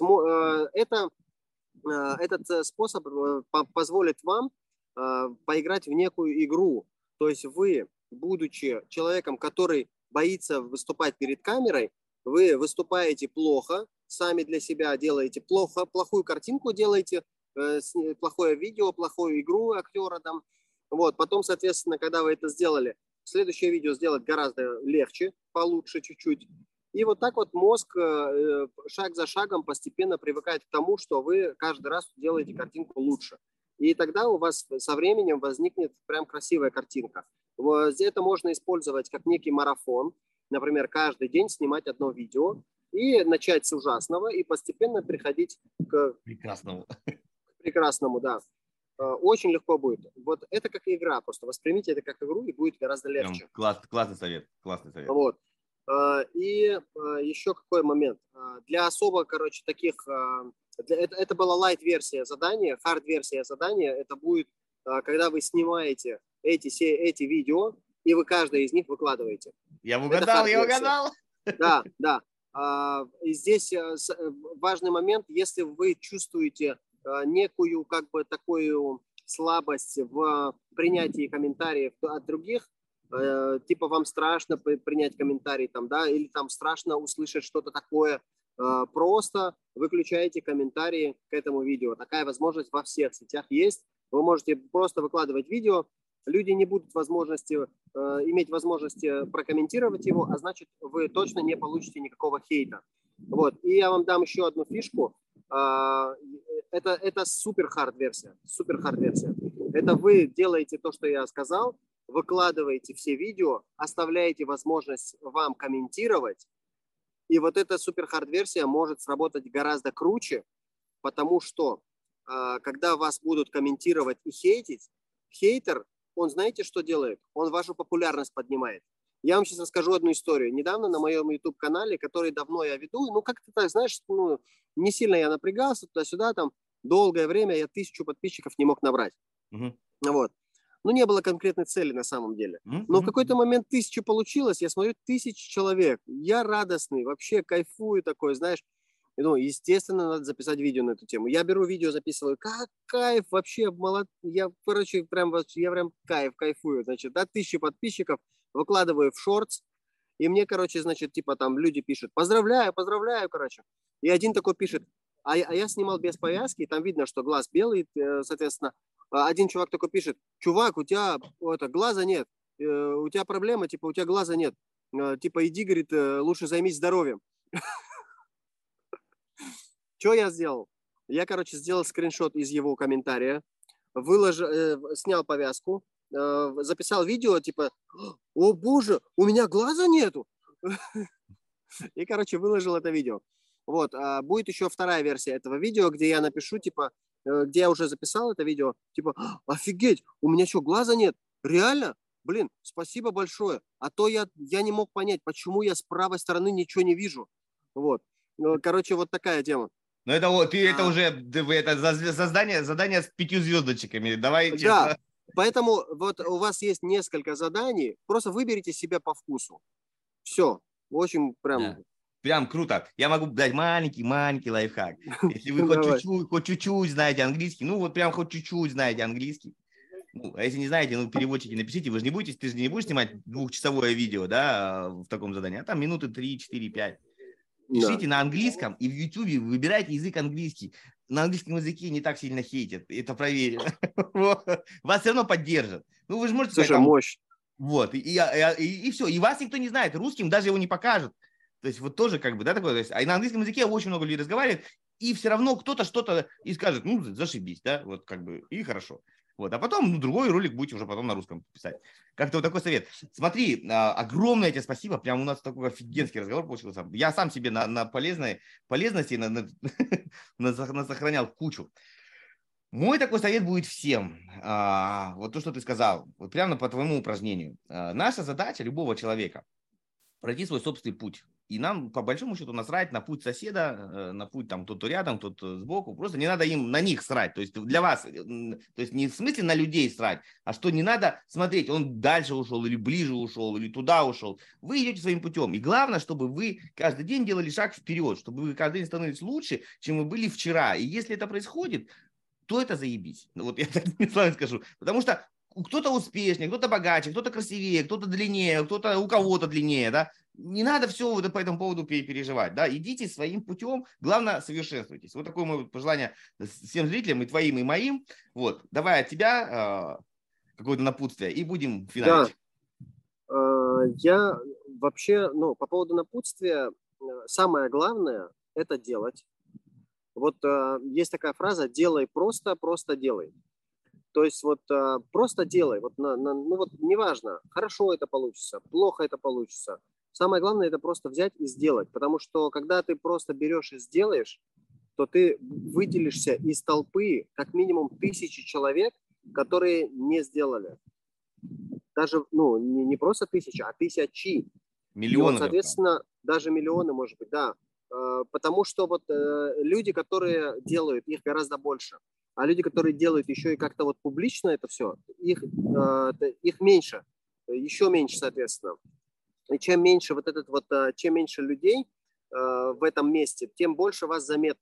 Этот способ позволит вам поиграть в некую игру. То есть вы, будучи человеком, который боится выступать перед камерой, вы выступаете плохо, сами для себя делаете плохую картинку делаете, плохое видео, плохую игру актера там. Вот. Потом, соответственно, когда вы это сделали, следующее видео сделать гораздо легче, получше чуть-чуть. И вот так вот мозг шаг за шагом постепенно привыкает к тому, что вы каждый раз делаете картинку лучше. И тогда у вас со временем возникнет прям красивая картинка. Это можно использовать как некий марафон. Например, каждый день снимать одно видео и начать с ужасного и постепенно переходить к прекрасному, да. Очень легко будет. Вот это как игра, просто воспримите это как игру, и будет гораздо легче. Классный совет. Вот. И еще какой момент. Для особо, таких... Это была лайт-версия задания, хард-версия задания. Это будет, когда вы снимаете эти видео, и вы каждое из них выкладываете. Я угадал. Да. И здесь важный момент, если вы чувствуете некую как бы такую слабость в принятии комментариев от других, типа вам страшно принять комментарий там, да, или там страшно услышать что-то такое, просто выключайте комментарии к этому видео. Такая возможность во всех сетях есть. Вы можете просто выкладывать видео, люди не будут иметь возможности прокомментировать его, а значит, вы точно не получите никакого хейта. Вот. И я вам дам еще одну фишку. Это супер хард версия. Это вы делаете то, что я сказал, выкладываете все видео, оставляете возможность вам комментировать, и вот эта супер хард версия может сработать гораздо круче, потому что когда вас будут комментировать и хейтить, хейтер, он знаете, что делает? Он вашу популярность поднимает. Я вам сейчас расскажу одну историю. Недавно на моем YouTube-канале, который давно я веду, ну, как-то так, знаешь, ну, не сильно я напрягался туда-сюда, там, долгое время я 1000 подписчиков не мог набрать. Вот. Ну, не было конкретной цели на самом деле. Но в какой-то момент 1000 получилось, я смотрю, 1000 человек. Я радостный, вообще кайфую такой, знаешь. Ну, естественно, надо записать видео на эту тему. Я беру видео, записываю. Как кайф, вообще, я, короче, я прям кайфую. Значит, до 1000 подписчиков выкладываю в шортс. И мне, короче, значит, типа там люди пишут, поздравляю, короче. И один такой пишет, а я снимал без повязки, и там видно, что глаз белый, соответственно. Один чувак такой пишет, чувак, у тебя глаза нет, у тебя проблема, типа, у тебя глаза нет. Типа, иди, говорит, лучше займись здоровьем. Что я сделал? Я, короче, сделал скриншот из его комментария, снял повязку, записал видео, типа, о боже, у меня глаза нету. И, короче, выложил это видео. Вот, будет еще вторая версия этого видео, где я напишу, типа, где я уже записал это видео, типа, офигеть, у меня что, глаза нет? Реально? Блин, спасибо большое. А то я не мог понять, почему я с правой стороны ничего не вижу. Вот. Короче, вот такая тема. Ну, это вот, это уже это задание с 5 звездочками. Давай честно. Да, поэтому вот у вас есть несколько заданий, просто выберите себе по вкусу. Все, очень прям... Да. Прям круто. Я могу дать маленький лайфхак. Если вы хоть чуть-чуть знаете английский, ну вот прям хоть чуть-чуть знаете английский. Ну, а если не знаете, ну переводчики напишите. Ты же не будешь снимать 2-часовое видео, да, в таком задании, а там минуты 3, 4, 5. Пишите на английском и в YouTube выбирайте язык английский. На английском языке не так сильно хейтят. Это проверено. Вас все равно поддержат. Ну, вы же можете сказать... Слушай, мощь. Вот, и все. И вас никто не знает. Русским даже его не покажут. То есть вот тоже как бы, да, такое. То есть, а на английском языке очень много людей разговаривает, и все равно кто-то что-то и скажет, ну, зашибись, да, вот как бы, и хорошо. Вот, а потом другой ролик будете уже потом на русском писать. Как-то вот такой совет. Смотри, огромное тебе спасибо. Прям у нас такой офигенский разговор получился. Я сам себе на полезности сохранял кучу. Мой такой совет будет всем. Вот то, что ты сказал, вот прямо по твоему упражнению. Наша задача любого человека пройти свой собственный путь. И нам, по большому счету, насрать на путь соседа, на путь там кто-то рядом, кто-то сбоку. Просто не надо им на них срать. То есть для вас, то есть не в смысле на людей срать, а что не надо смотреть, он дальше ушел, или ближе ушел, или туда ушел. Вы идете своим путем. И главное, чтобы вы каждый день делали шаг вперед, чтобы вы каждый день становились лучше, чем вы были вчера. И если это происходит, то это заебись. Вот я такими словами скажу. Потому что кто-то успешнее, кто-то богаче, кто-то красивее, кто-то длиннее, кто-то у кого-то длиннее, да. Не надо все вот по этому поводу переживать, да. Идите своим путем, главное, совершенствуйтесь. Вот такое мое пожелание всем зрителям, и твоим, и моим. Вот, давай от тебя какое-то напутствие, и будем финалить. Да. Я вообще, ну, по поводу напутствия, самое главное – это делать. Вот есть такая фраза «делай просто, просто делай». То есть вот просто делай, вот, ну вот неважно, хорошо это получится, плохо это получится. Самое главное это просто взять и сделать, потому что когда ты просто берешь и сделаешь, то ты выделишься из толпы как минимум 1000 человек, которые не сделали. Даже, ну, не просто 1000, а 1000. Миллионы. И вот, соответственно, даже миллионы, может быть, да. Потому что вот люди, которые делают, их гораздо больше. А люди, которые делают еще и как-то вот публично это все, их меньше, еще меньше, соответственно. И чем меньше вот чем меньше людей в этом месте, тем больше вас заметно.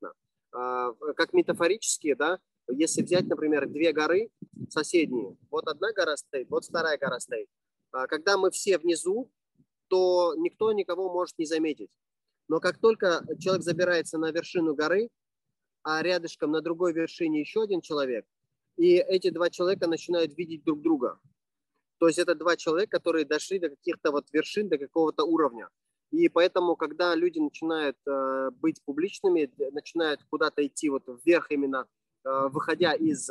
как метафорически, да, если взять, например, две горы соседние, вот одна гора стоит, вот вторая гора стоит. Когда мы все внизу, то никто никого может не заметить. Но как только человек забирается на вершину горы, а рядышком на другой вершине еще один человек, и эти два человека начинают видеть друг друга. То есть это два человека, которые дошли до каких-то вот вершин, до какого-то уровня. И поэтому, когда люди начинают быть публичными, начинают куда-то идти вот вверх именно, выходя из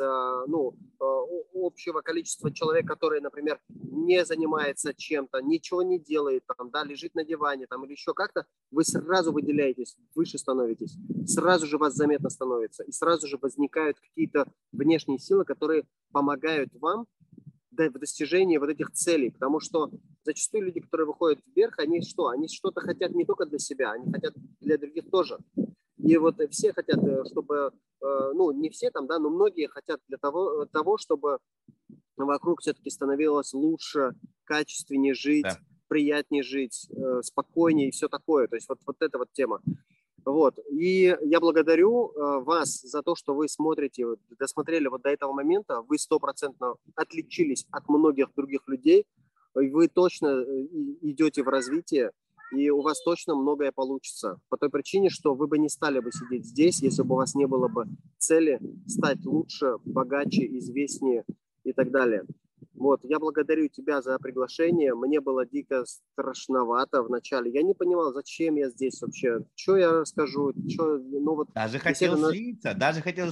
общего количества человек, которые, например, не занимается чем-то, ничего не делает, там, да, лежит на диване там, или еще как-то, вы сразу выделяетесь, выше становитесь, сразу же вас заметно становится, и сразу же возникают какие-то внешние силы, которые помогают вам в достижении вот этих целей, потому что зачастую люди, которые выходят вверх, они что? Они что-то хотят не только для себя, они хотят для других тоже. И вот все хотят, чтобы, не все там, да, но многие хотят для того, чтобы вокруг все-таки становилось лучше, качественнее жить, да, приятнее жить, спокойнее и все такое. То есть вот эта вот тема. Вот. И я благодарю вас за то, что вы смотрите, досмотрели вот до этого момента. Вы 100% отличились от многих других людей. Вы точно идете в развитие, и у вас точно многое получится. По той причине, что вы бы не стали бы сидеть здесь, если бы у вас не было бы цели стать лучше, богаче, известнее и так далее. Вот, я благодарю тебя за приглашение. Мне было дико страшновато вначале. Я не понимал, зачем я здесь вообще, что я расскажу, что, Даже хотел слиться. Даже хотел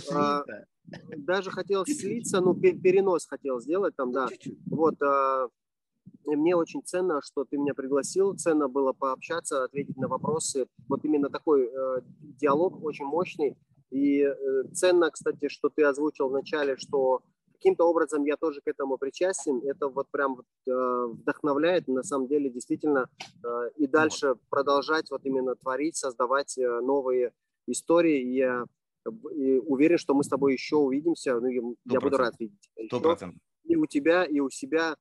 слиться, перенос хотел сделать там, да. Вот, и мне очень ценно, что ты меня пригласил, ценно было пообщаться, ответить на вопросы. Вот именно такой диалог очень мощный. И ценно, кстати, что ты озвучил вначале, что каким-то образом я тоже к этому причастен. Это вот прям вдохновляет, на самом деле, действительно, и дальше продолжать вот именно творить, создавать новые истории. И я уверен, что мы с тобой еще увидимся. Я буду рад видеть. 100%. И у тебя, и у себя.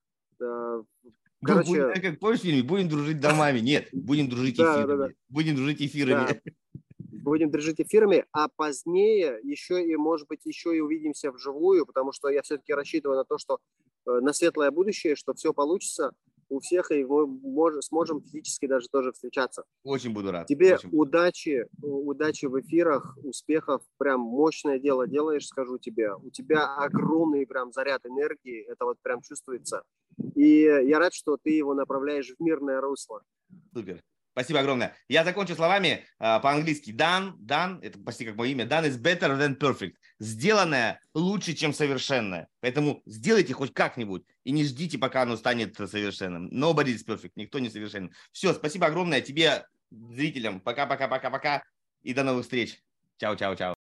Короче, как помнишь в фильме, будем дружить домами. Нет, будем дружить эфирами. Да. Будем дружить эфирами. Да. Будем дружить эфирами, а позднее еще и, может быть, еще и увидимся вживую, потому что я все-таки рассчитываю на то, что на светлое будущее, что все получится у всех, и мы сможем физически даже тоже встречаться. Очень буду рад. Тебе удачи в эфирах, успехов, прям мощное дело делаешь, скажу тебе. У тебя огромный прям заряд энергии, это вот прям чувствуется. И я рад, что ты его направляешь в мирное русло. Супер. Спасибо огромное. Я закончу словами по-английски. Done, это почти как мое имя. Done is better than perfect. Сделанное лучше, чем совершенное. Поэтому сделайте хоть как-нибудь и не ждите, пока оно станет совершенным. Nobody is perfect. Никто не совершенен. Все, спасибо огромное тебе, зрителям. Пока-пока-пока-пока. И до новых встреч. Чао-чао-чао.